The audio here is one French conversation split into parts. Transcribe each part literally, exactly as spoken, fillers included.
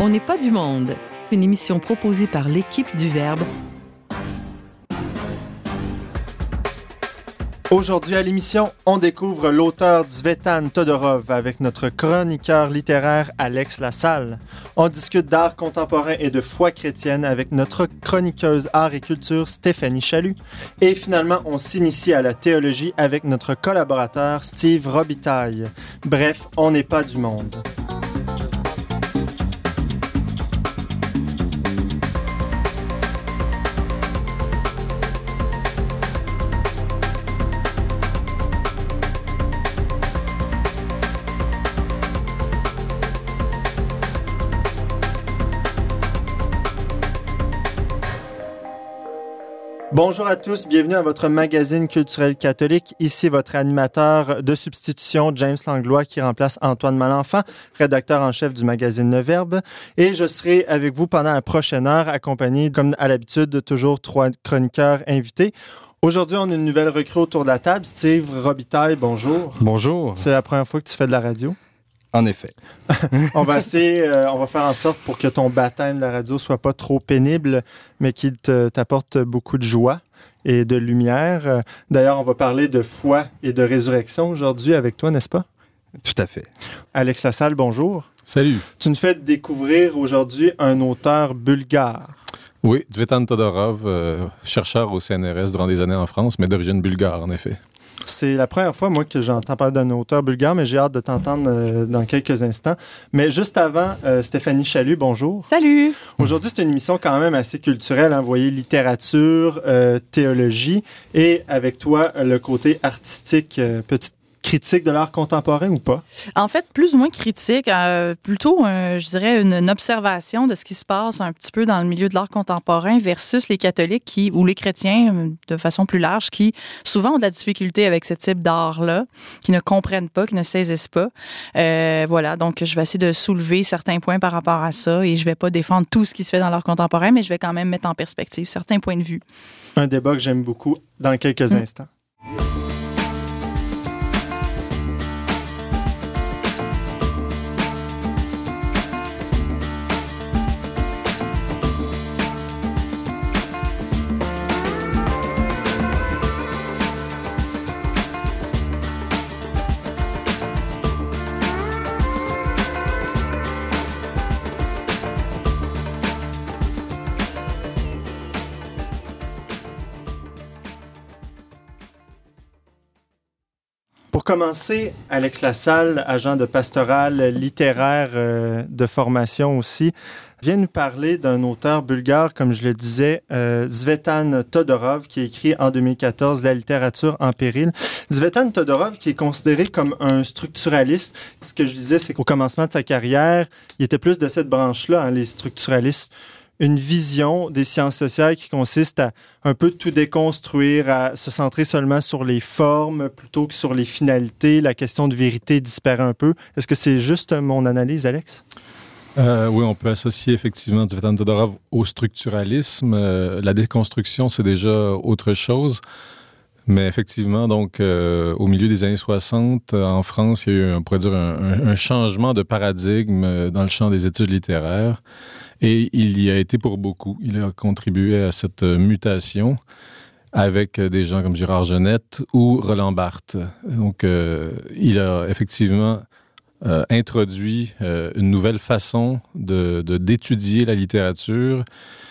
On n'est pas du monde. Une émission proposée par l'équipe du Verbe. Aujourd'hui à l'émission, on découvre l'auteur Tzvetan Todorov avec notre chroniqueur littéraire Alex Lassalle. On discute d'art contemporain et de foi chrétienne avec notre chroniqueuse art et culture Stéphanie Chaloux. Et finalement, on s'initie à la théologie avec notre collaborateur Steve Robitaille. Bref, on n'est pas du monde. Bonjour à tous, bienvenue à votre magazine culturel catholique. Ici votre animateur de substitution, James Langlois, qui remplace Antoine Malenfant, rédacteur en chef du magazine Le Verbe. Et je serai avec vous pendant la prochaine heure, accompagné, comme à l'habitude, de toujours trois chroniqueurs invités. Aujourd'hui, on a une nouvelle recrue autour de la table. Steve Robitaille, bonjour. Bonjour. C'est la première fois que tu fais de la radio? En effet. on va essayer, euh, on va faire en sorte pour que ton baptême de la radio soit pas trop pénible, mais qu'il te, t'apporte beaucoup de joie et de lumière. D'ailleurs, on va parler de foi et de résurrection aujourd'hui avec toi, n'est-ce pas? Tout à fait. Alex Lassalle, bonjour. Salut. Tu nous fais découvrir aujourd'hui un auteur bulgare. Oui, Tzvetan Todorov, euh, chercheur au C N R S durant des années en France, mais d'origine bulgare, en effet. C'est la première fois, moi, que j'entends parler d'un auteur bulgare, mais j'ai hâte de t'entendre euh, dans quelques instants. Mais juste avant, euh, Stéphanie Chaloux, bonjour. Salut! Aujourd'hui, c'est une émission quand même assez culturelle, hein, vous voyez, littérature, euh, théologie, et avec toi, le côté artistique, euh, petite critique de l'art contemporain ou pas? En fait, plus ou moins critique, euh, plutôt, euh, je dirais, une, une observation de ce qui se passe un petit peu dans le milieu de l'art contemporain versus les catholiques qui, ou les chrétiens, de façon plus large, qui souvent ont de la difficulté avec ce type d'art-là, qui ne comprennent pas, qui ne saisissent pas. Euh, voilà, donc je vais essayer de soulever certains points par rapport à ça et je vais pas défendre tout ce qui se fait dans l'art contemporain, mais je vais quand même mettre en perspective certains points de vue. Un débat que j'aime beaucoup dans quelques mmh. instants. Pour commencer, Alex Lassalle, agent de pastoral littéraire euh, de formation aussi, vient nous parler d'un auteur bulgare, comme je le disais, euh, Tzvetan Todorov, qui a écrit en deux mille quatorze La littérature en péril. Tzvetan Todorov, qui est considéré comme un structuraliste. Ce que je disais, c'est qu'au commencement de sa carrière, il était plus de cette branche-là, hein, les structuralistes. Une vision des sciences sociales qui consiste à un peu tout déconstruire, à se centrer seulement sur les formes plutôt que sur les finalités. La question de vérité disparaît un peu. Est-ce que c'est juste mon analyse, Alex? Euh, oui, on peut associer effectivement Tzvetan Todorov au structuralisme. Euh, la déconstruction, c'est déjà autre chose. Mais effectivement, donc, euh, au milieu des années soixante, en France, il y a eu, on pourrait dire, un, un, un changement de paradigme dans le champ des études littéraires. Et il y a été pour beaucoup. Il a contribué à cette mutation avec des gens comme Girard Genette ou Roland Barthes. Donc, euh, il a effectivement euh, introduit euh, une nouvelle façon de, de, d'étudier la littérature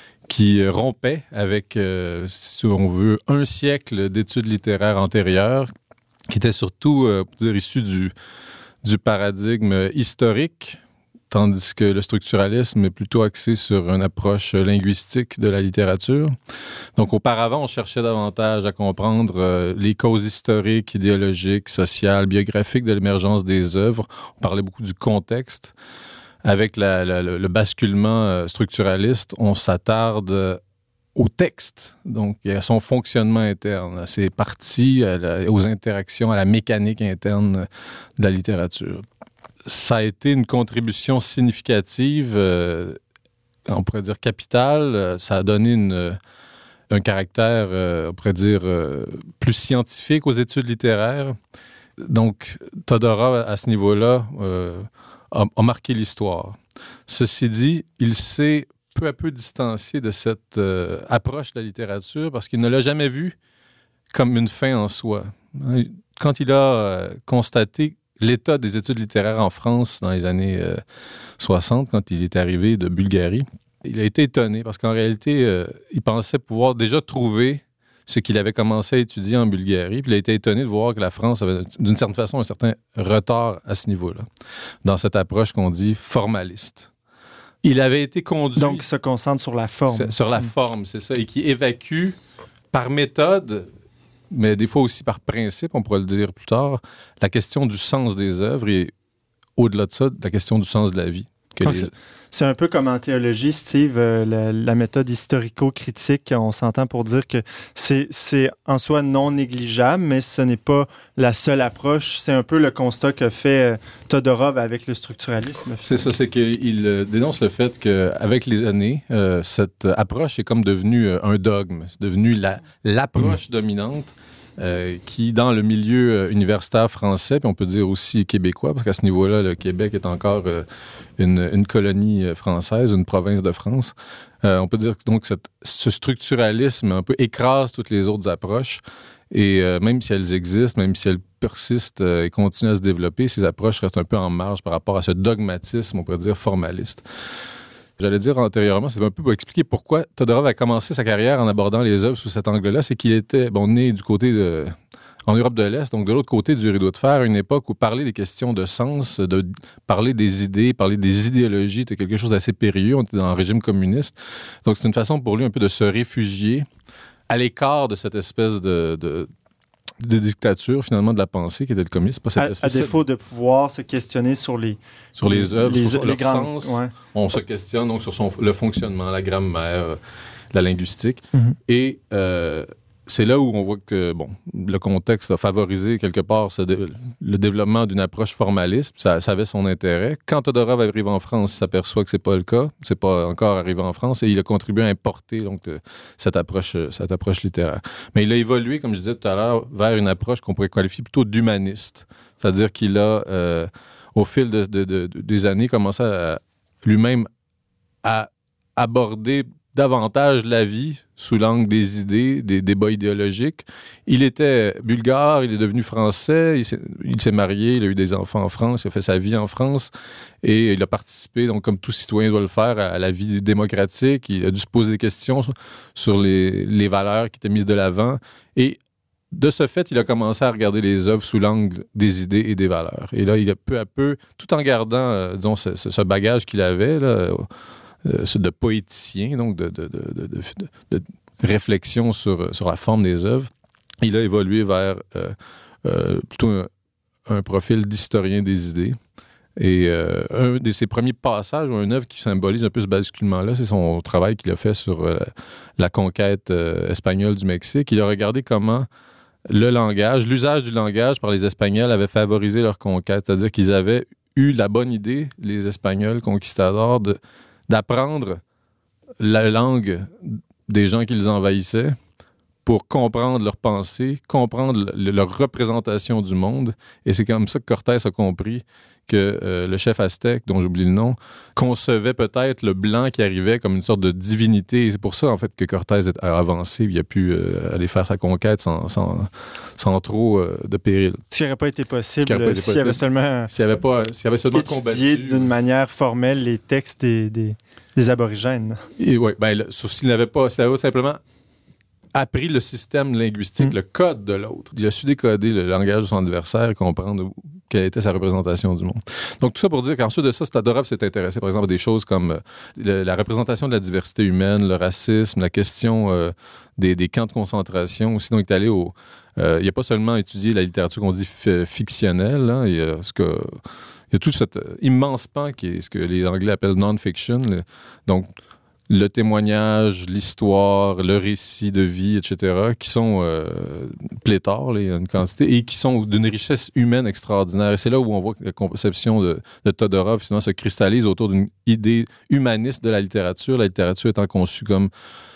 qui rompait avec, euh, si on veut, un siècle d'études littéraires antérieures, qui était surtout, euh, pour dire, issu du, du paradigme historique, tandis que le structuralisme est plutôt axé sur une approche linguistique de la littérature. Donc, auparavant, on cherchait davantage à comprendre euh, les causes historiques, idéologiques, sociales, biographiques de l'émergence des œuvres. On parlait beaucoup du contexte. Avec la, la, le basculement structuraliste, on s'attarde au texte, donc à son fonctionnement interne, à ses parties, à la, aux interactions, à la mécanique interne de la littérature. Ça a été une contribution significative, euh, on pourrait dire capitale. Ça a donné une, un caractère, euh, on pourrait dire, euh, plus scientifique aux études littéraires. Donc, Todorov, à ce niveau-là, euh, a, a marqué l'histoire. Ceci dit, il s'est peu à peu distancié de cette euh, approche de la littérature parce qu'il ne l'a jamais vue comme une fin en soi. Quand il a euh, constaté l'état des études littéraires en France dans les années euh, soixante, quand il est arrivé de Bulgarie, il a été étonné parce qu'en réalité, euh, il pensait pouvoir déjà trouver ce qu'il avait commencé à étudier en Bulgarie. Puis il a été étonné de voir que la France avait, d'une certaine façon, un certain retard à ce niveau-là, dans cette approche qu'on dit formaliste. Il avait été conduit... Donc, il se concentre sur la forme. Sur la forme, c'est ça, et qui évacue par méthode, mais des fois aussi par principe, on pourrait le dire plus tard, la question du sens des œuvres et, au-delà de ça, la question du sens de la vie. Que Donc, les... c'est, c'est un peu comme en théologie, Steve, euh, la, la méthode historico-critique, on s'entend pour dire que c'est, c'est en soi non négligeable, mais ce n'est pas la seule approche. C'est un peu le constat que fait euh, Todorov avec le structuralisme. C'est ça, c'est qu'il euh, dénonce le fait qu'avec les années, euh, cette approche est comme devenue euh, un dogme. C'est devenu la, l'approche mmh. dominante. Euh, qui, dans le milieu euh, universitaire français, puis on peut dire aussi québécois, parce qu'à ce niveau-là, le Québec est encore euh, une, une colonie française, une province de France. Euh, on peut dire que donc cette, ce structuralisme un peu écrase toutes les autres approches, et euh, même si elles existent, même si elles persistent euh, et continuent à se développer, ces approches restent un peu en marge par rapport à ce dogmatisme, on pourrait dire, formaliste. J'allais dire antérieurement, c'est un peu pour expliquer pourquoi Todorov a commencé sa carrière en abordant les œuvres sous cet angle-là. C'est qu'il était bon, né du côté de, en Europe de l'Est, donc de l'autre côté du rideau de fer, à une époque où parler des questions de sens, de parler des idées, parler des idéologies, c'était quelque chose d'assez périlleux. On était dans un régime communiste. Donc c'est une façon pour lui un peu de se réfugier à l'écart de cette espèce de... de de dictature, finalement, de la pensée qui était le communisme. Pas cette à, à défaut de pouvoir se questionner sur les... Sur les œuvres, les, sur les leur grandes, sens. Ouais. On se questionne donc sur son, le fonctionnement, la grammaire, la linguistique. Mm-hmm. Et euh, c'est là où on voit que, bon, le contexte a favorisé quelque part ce dé- le développement d'une approche formaliste. Ça, ça avait son intérêt. Quand Todorov arrive en France, il s'aperçoit que c'est pas le cas. C'est pas encore arrivé en France et il a contribué à importer donc de, cette approche, cette approche littéraire. Mais il a évolué, comme je disais tout à l'heure, vers une approche qu'on pourrait qualifier plutôt d'humaniste. C'est-à-dire qu'il a, euh, au fil de, de, de, des années, commencé à, lui-même à aborder davantage la vie sous l'angle des idées, des débats idéologiques. Il était bulgare, il est devenu français, il s'est, il s'est marié, il a eu des enfants en France, il a fait sa vie en France et il a participé, donc comme tout citoyen doit le faire, à la vie démocratique. Il a dû se poser des questions sur, sur les, les valeurs qui étaient mises de l'avant et de ce fait, il a commencé à regarder les œuvres sous l'angle des idées et des valeurs. Et là, il a peu à peu, tout en gardant, euh, disons, ce, ce bagage qu'il avait, là, Euh, de poéticien, donc de, de, de, de, de, de réflexion sur, sur la forme des œuvres. Il a évolué vers euh, euh, plutôt un, un profil d'historien des idées. Et euh, un de ses premiers passages, ou une œuvre qui symbolise un peu ce basculement-là, c'est son travail qu'il a fait sur euh, la conquête euh, espagnole du Mexique. Il a regardé comment le langage, l'usage du langage par les Espagnols avait favorisé leur conquête, c'est-à-dire qu'ils avaient eu la bonne idée, les Espagnols conquistadors, de d'apprendre la langue des gens qu'ils envahissaient pour comprendre leurs pensées, comprendre le, leur représentation du monde. Et c'est comme ça que Cortés a compris que euh, le chef aztèque, dont j'oublie le nom, concevait peut-être le blanc qui arrivait comme une sorte de divinité. Et c'est pour ça, en fait, que Cortés a avancé. Il a pu euh, aller faire sa conquête sans, sans, sans trop euh, de péril. Ce qui n'aurait pas été possible pas été s'il y avait seulement, s'il y avait pas, s'il y avait seulement étudié combattu, d'une manière formelle les textes des, des, des aborigènes. Et oui, ben, le, sauf s'il n'avait pas, s'il avait simplement appris le système linguistique, mm. le code de l'autre. Il a su décoder le langage de son adversaire et comprendre quelle était sa représentation du monde. Donc, tout ça pour dire qu'ensuite de ça, Todorov s'est intéressé, par exemple, à des choses comme le, la représentation de la diversité humaine, le racisme, la question euh, des, des camps de concentration. Aussi, donc, il est allé au... Euh, il n'a pas seulement étudié la littérature qu'on dit f- fictionnelle, hein, il y a ce que... Il y a tout cet immense pan qui est ce que les Anglais appellent non-fiction. Le, donc, le témoignage, l'histoire, le récit de vie, et cetera, qui sont euh, pléthores, là, il y a une quantité, et qui sont d'une richesse humaine extraordinaire. Et c'est là où on voit que la conception de, de Todorov, finalement, se cristallise autour d'une idée humaniste de la littérature, la littérature étant conçue comme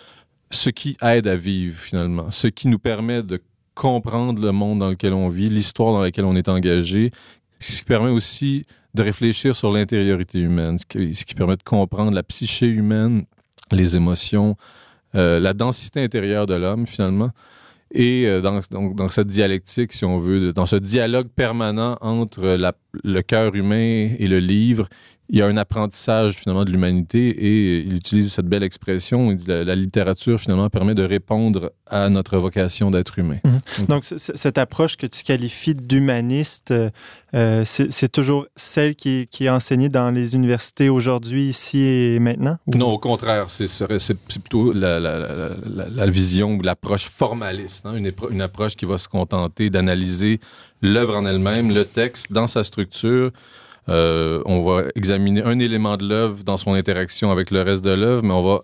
ce qui aide à vivre, finalement, ce qui nous permet de comprendre le monde dans lequel on vit, l'histoire dans laquelle on est engagé, ce qui permet aussi de réfléchir sur l'intériorité humaine, ce qui, ce qui permet de comprendre la psyché humaine, les émotions, euh, la densité intérieure de l'homme, finalement. Et euh, dans, donc, dans cette dialectique, si on veut, dans ce dialogue permanent entre la, le cœur humain et le livre, il y a un apprentissage finalement de l'humanité et il utilise cette belle expression, il dit la, la littérature finalement permet de répondre à notre vocation d'être humain. Mmh. Donc, c- cette approche que tu qualifies d'humaniste, euh, c'est, c'est toujours celle qui est, qui est enseignée dans les universités aujourd'hui, ici et maintenant? Ou... Non, au contraire, c'est, c'est, c'est plutôt la, la, la, la, la vision ou l'approche formaliste, hein? une, une approche qui va se contenter d'analyser l'œuvre en elle-même, le texte, dans sa structure. Euh, on va examiner un élément de l'œuvre dans son interaction avec le reste de l'œuvre, mais on va...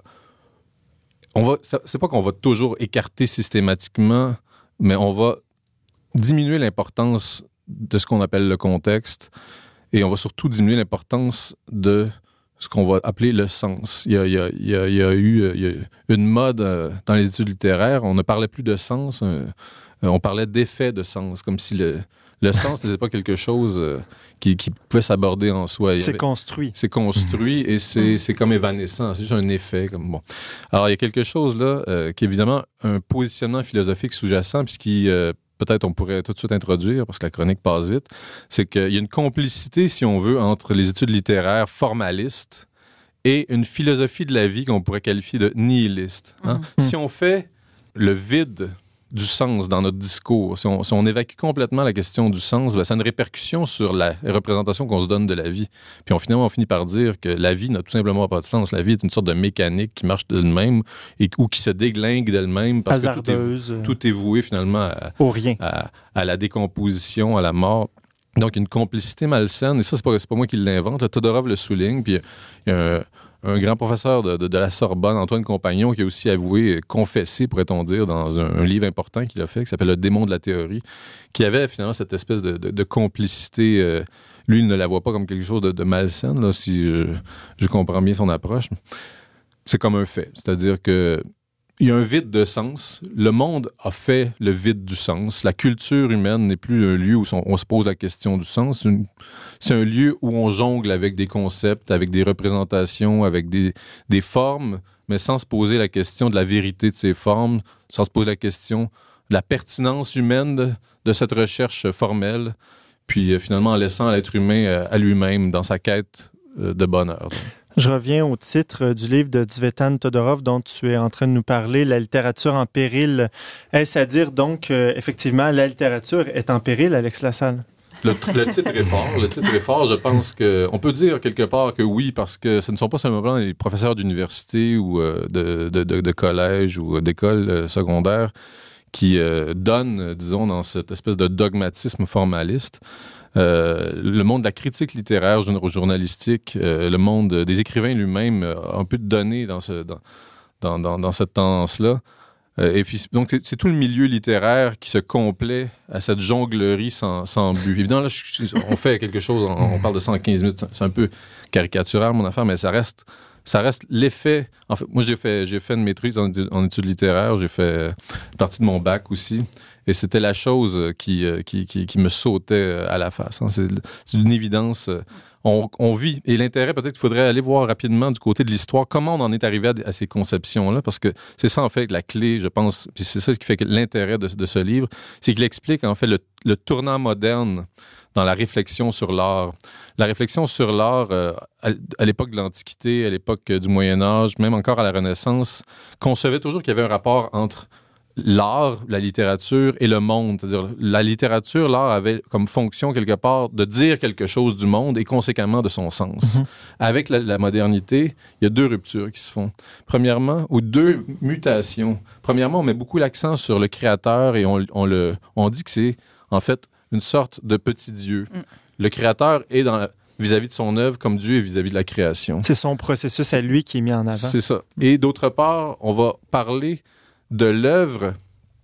On va c'est pas qu'on va toujours écarter systématiquement, mais on va diminuer l'importance de ce qu'on appelle le contexte et on va surtout diminuer l'importance de ce qu'on va appeler le sens. Il y a, il y a, il y a, il y a eu il y a une mode dans les études littéraires, on ne parlait plus de sens, on parlait d'effet de sens, comme si le... Le sens n'était pas quelque chose euh, qui, qui pouvait s'aborder en soi. Il c'est avait, construit. C'est construit et c'est, c'est comme évanescent. C'est juste un effet. Comme, bon. Alors, il y a quelque chose là euh, qui est évidemment un positionnement philosophique sous-jacent, puis ce qui, euh, peut-être, on pourrait tout de suite introduire, parce que la chronique passe vite, c'est qu'il y a une complicité, si on veut, entre les études littéraires formalistes et une philosophie de la vie qu'on pourrait qualifier de nihiliste. Hein? Mmh. Si on fait le vide du sens dans notre discours, si on, si on évacue complètement la question du sens, ben, ça a une répercussion sur la représentation qu'on se donne de la vie. Puis on, finalement, on finit par dire que la vie n'a tout simplement pas de sens. La vie est une sorte de mécanique qui marche d'elle-même et, ou qui se déglingue d'elle-même parce Hasardeuse. que tout est, tout est voué finalement à, au rien. À, à la décomposition, à la mort. Donc une complicité malsaine, et ça, c'est pas, c'est pas moi qui l'invente. Là, Todorov le souligne, puis il y a un... un grand professeur de, de, de la Sorbonne, Antoine Compagnon, qui a aussi avoué, confessé, pourrait-on dire, dans un, un livre important qu'il a fait, qui s'appelle « Le démon de la théorie », qui avait finalement cette espèce de, de, de complicité. Euh, lui, il ne la voit pas comme quelque chose de, de malsaine, là, si je, je comprends bien son approche. C'est comme un fait, c'est-à-dire que il y a un vide de sens. Le monde a fait le vide du sens. La culture humaine n'est plus un lieu où on se pose la question du sens. C'est, une, c'est un lieu où on jongle avec des concepts, avec des représentations, avec des, des formes, mais sans se poser la question de la vérité de ces formes, sans se poser la question de la pertinence humaine de, de cette recherche formelle, puis euh, finalement en laissant l'être humain euh, à lui-même dans sa quête euh, de bonheur. Donc. Je reviens au titre du livre de Tzvetan Todorov dont tu es en train de nous parler, « La littérature en péril ». Est-ce à dire donc qu'effectivement, la littérature est en péril, Alex Lassalle? Le, le titre est fort. Le titre est fort. Je pense que on peut dire quelque part que oui, parce que ce ne sont pas seulement les professeurs d'université ou euh, de, de, de, de collège ou d'école euh, secondaire qui euh, donnent, disons, dans cette espèce de dogmatisme formaliste. Euh, le monde de la critique littéraire, journalistique, euh, le monde des écrivains lui-même a un peu de données dans, ce, dans, dans, dans, dans cette tendance-là. Euh, et puis, donc, c'est, c'est tout le milieu littéraire qui se complaît à cette jonglerie sans, sans but. Évidemment, là, je, on fait quelque chose, on, on parle de cent quinze minutes, c'est un peu caricatural, mon affaire, mais ça reste... Ça reste l'effet... En fait, moi, j'ai fait, j'ai fait une maîtrise en, en études littéraires. J'ai fait partie de mon bac aussi. Et c'était la chose qui, qui, qui, qui me sautait à la face. Hein. C'est, c'est une évidence. On, on vit. Et l'intérêt, peut-être qu'il faudrait aller voir rapidement du côté de l'histoire comment on en est arrivé à, à ces conceptions-là. Parce que c'est ça, en fait, la clé, je pense. Puis c'est ça qui fait que l'intérêt de, de ce livre. C'est qu'il explique, en fait, le, le tournant moderne dans la réflexion sur l'art. La réflexion sur l'art, euh, à, à l'époque de l'Antiquité, à l'époque du Moyen-Âge, même encore à la Renaissance, concevait toujours qu'il y avait un rapport entre l'art, la littérature et le monde. C'est-à-dire, la littérature, l'art avait comme fonction, quelque part, de dire quelque chose du monde et conséquemment de son sens. Mm-hmm. Avec la, la modernité, il y a deux ruptures qui se font. Premièrement, ou deux mutations. Premièrement, on met beaucoup l'accent sur le créateur et on, on, le, on dit que c'est, en fait, une sorte de petit Dieu. Mm. Le créateur est dans, vis-à-vis de son œuvre comme Dieu est vis-à-vis de la création. C'est son processus à lui qui est mis en avant. C'est ça. Et d'autre part, on va parler de l'œuvre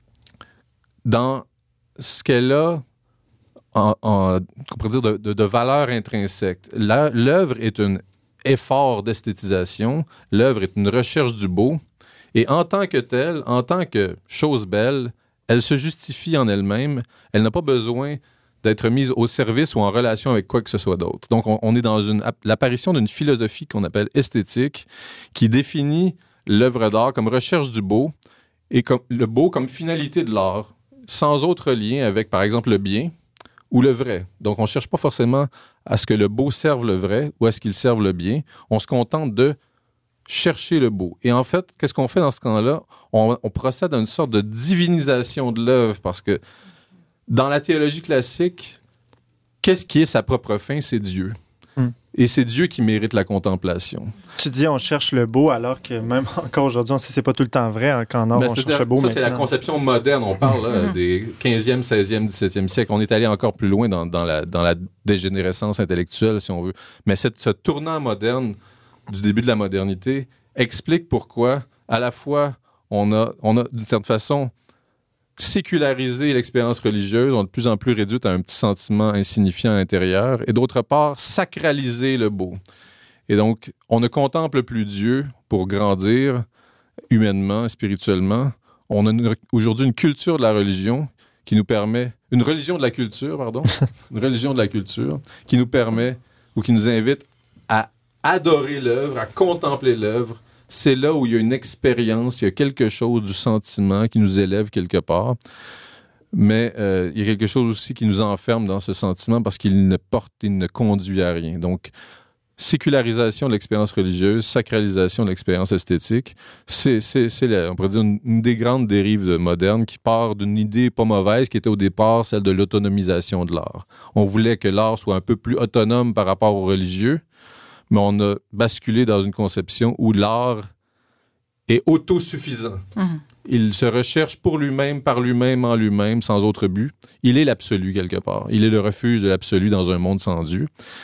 dans ce qu'elle a en, en, on pourrait dire de, de, de valeur intrinsèque. La, l'œuvre est un effort d'esthétisation, l'œuvre est une recherche du beau, et en tant que telle, en tant que chose belle, elle se justifie en elle-même. Elle n'a pas besoin d'être mise au service ou en relation avec quoi que ce soit d'autre. Donc, on, on est dans une, l'apparition d'une philosophie qu'on appelle esthétique, qui définit l'œuvre d'art comme recherche du beau, et comme, le beau comme finalité de l'art, sans autre lien avec, par exemple, le bien ou le vrai. Donc, on ne cherche pas forcément à ce que le beau serve le vrai ou à ce qu'il serve le bien. On se contente de chercher le beau. Et en fait, qu'est-ce qu'on fait dans ce cas-là? On, on procède à une sorte de divinisation de l'œuvre, parce que dans la théologie classique, qu'est-ce qui est sa propre fin? C'est Dieu. Mm. Et c'est Dieu qui mérite la contemplation. Tu dis on cherche le beau, alors que même encore aujourd'hui, on sait que c'est pas tout le temps vrai, hein, qu'en art, on cherche le beau. Ça, maintenant. C'est la conception moderne. On parle là, des quinzième, seizième, dix-septième siècle. On est allé encore plus loin dans, dans, la, dans la dégénérescence intellectuelle, si on veut. Mais cette, ce tournant moderne du début de la modernité explique pourquoi, à la fois, on a, on a d'une certaine façon, séculariser l'expérience religieuse, on est de plus en plus réduite à un petit sentiment insignifiant intérieur, et d'autre part, sacraliser le beau. Et donc, on ne contemple plus Dieu pour grandir humainement, spirituellement. On a une, aujourd'hui une culture de la religion qui nous permet, une religion de la culture, pardon, une religion de la culture qui nous permet ou qui nous invite à adorer l'œuvre, à contempler l'œuvre. C'est là où il y a une expérience, il y a quelque chose du sentiment qui nous élève quelque part. Mais euh, il y a quelque chose aussi qui nous enferme dans ce sentiment parce qu'il ne porte, il ne conduit à rien. Donc, sécularisation de l'expérience religieuse, sacralisation de l'expérience esthétique, c'est, c'est, c'est la, on pourrait dire une, une des grandes dérives modernes qui part d'une idée pas mauvaise qui était au départ celle de l'autonomisation de l'art. On voulait que l'art soit un peu plus autonome par rapport au religieux, mais on a basculé dans une conception où l'art est autosuffisant. Mmh. Il se recherche pour lui-même, par lui-même, en lui-même, sans autre but. Il est l'absolu, quelque part. Il est le refuge de l'absolu dans un monde sans Dieu.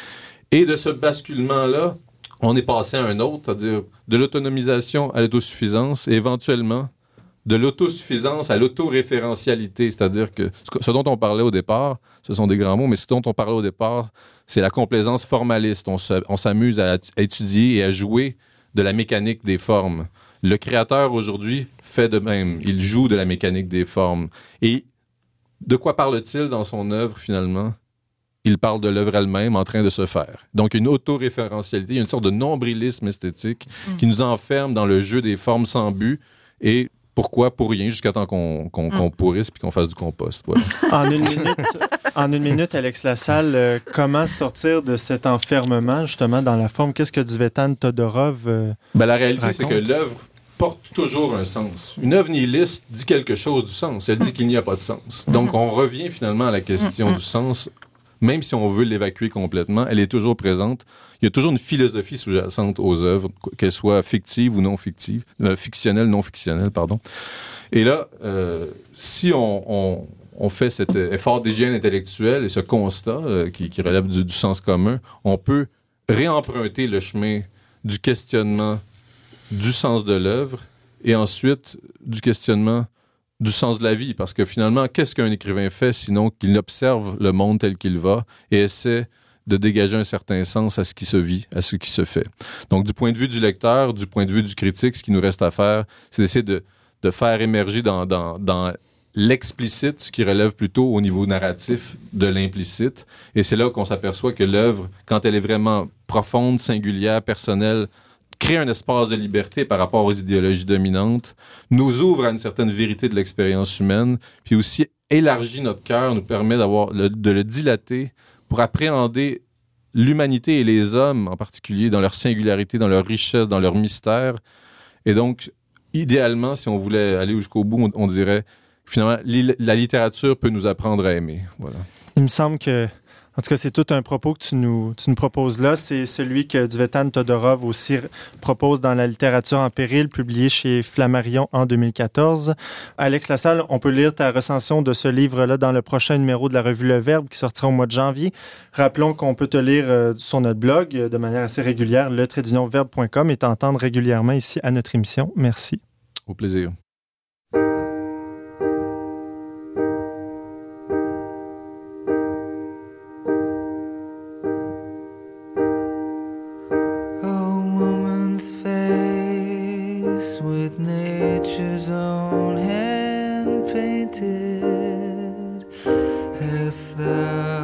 Et de ce basculement-là, on est passé à un autre, c'est-à-dire de l'autonomisation à l'autosuffisance, et éventuellement de l'autosuffisance à l'autoréférentialité, c'est-à-dire que ce dont on parlait au départ, ce sont des grands mots, mais ce dont on parlait au départ, c'est la complaisance formaliste. On, se, on s'amuse à, à étudier et à jouer de la mécanique des formes. Le créateur, aujourd'hui, fait de même. Il joue de la mécanique des formes. Et de quoi parle-t-il dans son œuvre, finalement? Il parle de l'œuvre elle-même en train de se faire. Donc, une autoréférentialité, il y a une sorte de nombrilisme esthétique mmh. qui nous enferme dans le jeu des formes sans but et pourquoi? Pour rien, jusqu'à temps qu'on, qu'on, qu'on pourrisse puis qu'on fasse du compost. Voilà. En une minute, en une minute, Alex Lassalle, euh, comment sortir de cet enfermement, justement, dans la forme? Qu'est-ce que Tzvetan Todorov euh, ben, la réalité, raconte? C'est que l'œuvre porte toujours un sens. Une œuvre nihiliste dit quelque chose du sens. Elle dit qu'il n'y a pas de sens. Donc, on revient finalement à la question du sens. Même si on veut l'évacuer complètement, elle est toujours présente. Il y a toujours une philosophie sous-jacente aux œuvres, qu'elles soient fictives ou non fictives, euh, fictionnelles, non fictionnelles, pardon. Et là, euh, si on, on, on fait cet effort d'hygiène intellectuelle et ce constat euh, qui, qui relève du, du sens commun, on peut réemprunter le chemin du questionnement du sens de l'œuvre et ensuite du questionnement du sens de la vie, parce que finalement, qu'est-ce qu'un écrivain fait sinon qu'il observe le monde tel qu'il va et essaie de dégager un certain sens à ce qui se vit, à ce qui se fait. Donc, du point de vue du lecteur, du point de vue du critique, ce qui nous reste à faire, c'est d'essayer de, de faire émerger dans, dans, dans l'explicite, ce qui relève plutôt au niveau narratif de l'implicite. Et c'est là qu'on s'aperçoit que l'œuvre, quand elle est vraiment profonde, singulière, personnelle, crée un espace de liberté par rapport aux idéologies dominantes, nous ouvre à une certaine vérité de l'expérience humaine, puis aussi élargit notre cœur, nous permet d'avoir le, de le dilater pour appréhender l'humanité et les hommes en particulier dans leur singularité, dans leur richesse, dans leur mystère. Et donc, idéalement, si on voulait aller jusqu'au bout, on, on dirait finalement li- la littérature peut nous apprendre à aimer. Voilà. Il me semble que En tout cas, c'est tout un propos que tu nous, tu nous proposes là. C'est celui que Tzvetan Todorov aussi propose dans La littérature en péril, publié chez Flammarion en deux mille quatorze. Alex Lassalle, on peut lire ta recension de ce livre-là dans le prochain numéro de la revue Le Verbe qui sortira au mois de janvier. Rappelons qu'on peut te lire euh, sur notre blog euh, de manière assez régulière, le trait d'union verbe point com, et t'entendre régulièrement ici à notre émission. Merci. Au plaisir. With nature's own hand painted, hast thou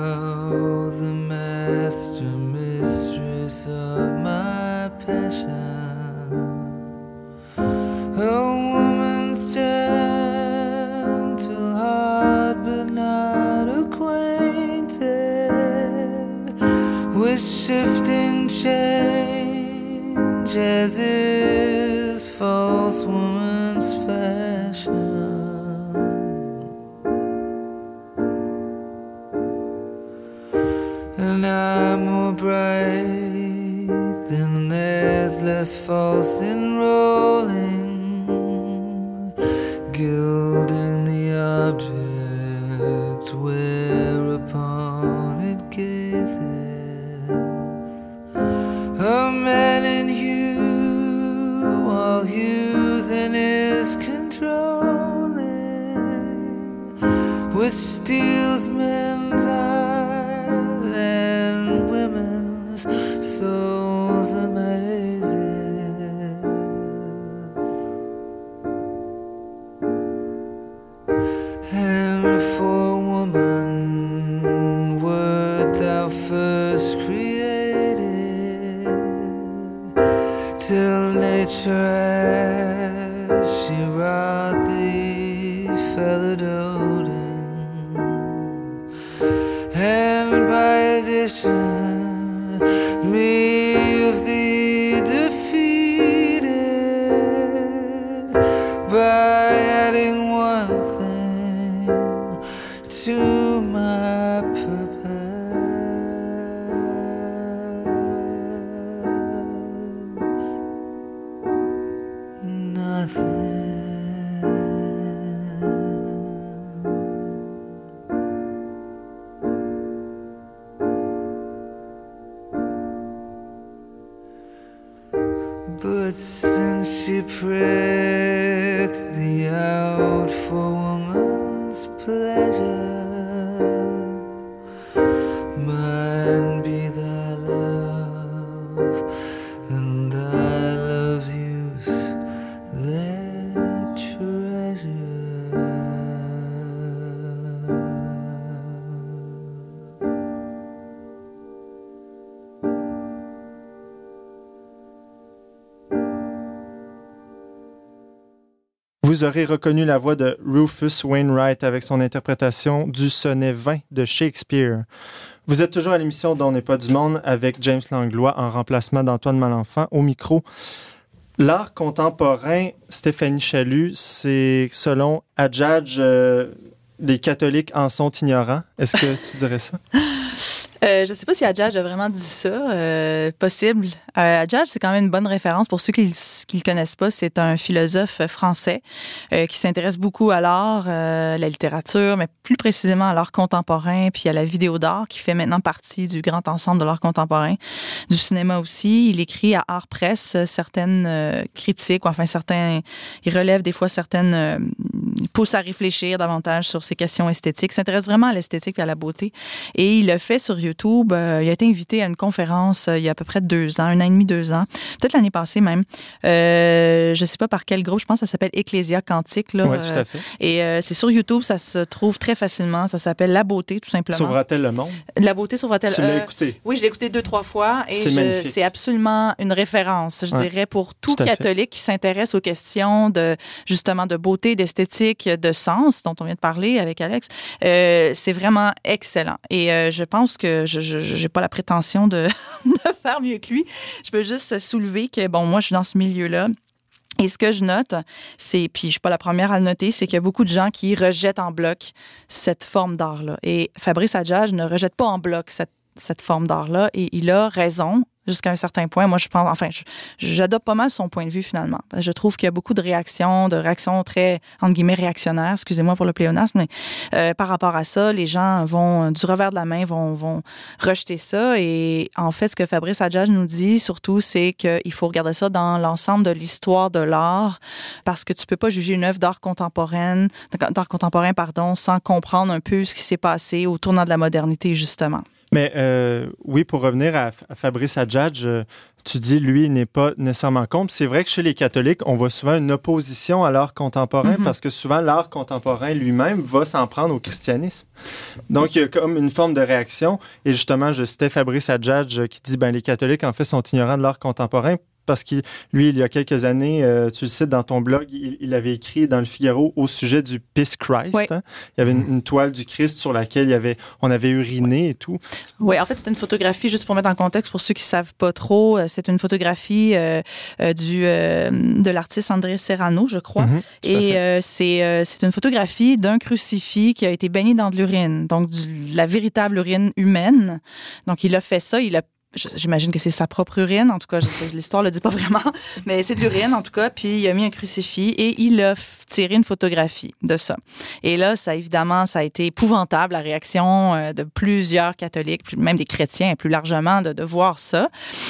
master, mistress of my passion. A woman's gentle heart, but not acquainted with shifting change, as is false woman's fashion. And I'm more bright than there's less false enrolling, gilding the object whereupon it gazes. A man in hue, all hues in his controlling, which steals men's eyes and women's souls amazes. And for woman wert thou first created, till nature as she wrought thee fell doting, and by addition me of thee defeated, by adding one thing to my purpose. Nothing. But since she pricked thee out for woman's pleasure, mine be thy love, and thy love's use their treasure. Vous aurez reconnu la voix de Rufus Wainwright avec son interprétation du sonnet vingt de Shakespeare. Vous êtes toujours à l'émission d'On n'est pas du monde avec James Langlois en remplacement d'Antoine Malenfant au micro. L'art contemporain, Stéphanie Chalut, c'est selon Adjadj, euh, les catholiques en sont ignorants. Est-ce que tu dirais ça? Euh, je ne sais pas si Adjadj a vraiment dit ça. Euh, possible. Euh, Adjadj, c'est quand même une bonne référence. Pour ceux qui ne le connaissent pas, c'est un philosophe français euh, qui s'intéresse beaucoup à l'art, euh, la littérature, mais plus précisément à l'art contemporain, puis à la vidéo d'art, qui fait maintenant partie du grand ensemble de l'art contemporain, du cinéma aussi. Il écrit à Art Press certaines euh, critiques, ou enfin certains... Il relève des fois certaines... Euh, il pousse à réfléchir davantage sur ces questions esthétiques. Il s'intéresse vraiment à l'esthétique et à la beauté. Et il le fait sur YouTube. Euh, il a été invité à une conférence euh, il y a à peu près deux ans, un an et demi, deux ans, peut-être l'année passée même. Euh, je ne sais pas par quel groupe, je pense que ça s'appelle Ecclesia Cantique. Oui, tout à fait. Et euh, c'est sur YouTube, ça se trouve très facilement. Ça s'appelle La Beauté, tout simplement. Sauvera-t-elle le monde? La Beauté sauvera-t-elle... Tu l'as euh, écouté? Oui, je l'ai écouté deux, trois fois. Et c'est je, magnifique. C'est absolument une référence, je ouais. dirais, pour tout, tout catholique qui s'intéresse aux questions de, justement, de beauté, d'esthétique, de sens, dont on vient de parler avec Alex. Euh, c'est vraiment excellent. Et euh, je pense que je n'ai pas la prétention de, de faire mieux que lui. Je peux juste soulever que, bon, moi, je suis dans ce milieu-là. Et ce que je note, c'est, puis je suis pas la première à le noter, c'est qu'il y a beaucoup de gens qui rejettent en bloc cette forme d'art-là. Et Fabrice Adjadj ne rejette pas en bloc cette, cette forme d'art-là. Et il a raison. Jusqu'à un certain point. Moi, je pense, enfin, je, j'adopte pas mal son point de vue, finalement. Je trouve qu'il y a beaucoup de réactions, de réactions très, entre guillemets, réactionnaires, excusez-moi pour le pléonasme, mais euh, par rapport à ça, les gens vont, du revers de la main, vont, vont rejeter ça. Et en fait, ce que Fabrice Adjadj nous dit, surtout, c'est qu'il faut regarder ça dans l'ensemble de l'histoire de l'art, parce que tu peux pas juger une œuvre d'art contemporaine, d'art contemporain, pardon, sans comprendre un peu ce qui s'est passé au tournant de la modernité, justement. Mais euh, oui, pour revenir à, à Fabrice Adjadj, euh, tu dis, lui, il n'est pas nécessairement contre. C'est vrai que chez les catholiques, on voit souvent une opposition à l'art contemporain mm-hmm. parce que souvent, l'art contemporain lui-même va s'en prendre au christianisme. Donc, il y a comme une forme de réaction. Et justement, je citais Fabrice Adjadj qui dit, ben les catholiques, en fait, sont ignorants de l'art contemporain. Parce que lui, il y a quelques années, euh, tu le cites dans ton blog, il, il avait écrit dans le Figaro au sujet du Piss Christ. Oui. Hein? Il y avait une, une toile du Christ sur laquelle il y avait, on avait uriné et tout. Oui, en fait, c'était une photographie, juste pour mettre en contexte, pour ceux qui ne savent pas trop, c'est une photographie euh, euh, du, euh, de l'artiste Andrés Serrano, je crois. Mm-hmm, et euh, c'est, euh, c'est une photographie d'un crucifix qui a été baigné dans de l'urine, donc du, de la véritable urine humaine. Donc, il a fait ça, il a J'imagine que c'est sa propre urine. En tout cas, je sais, l'histoire ne le dit pas vraiment. Mais c'est de l'urine, en tout cas. Puis, il a mis un crucifix et il a tiré une photographie de ça. Et là, ça, évidemment, ça a été épouvantable, la réaction de plusieurs catholiques, même des chrétiens, plus largement, de, de voir ça.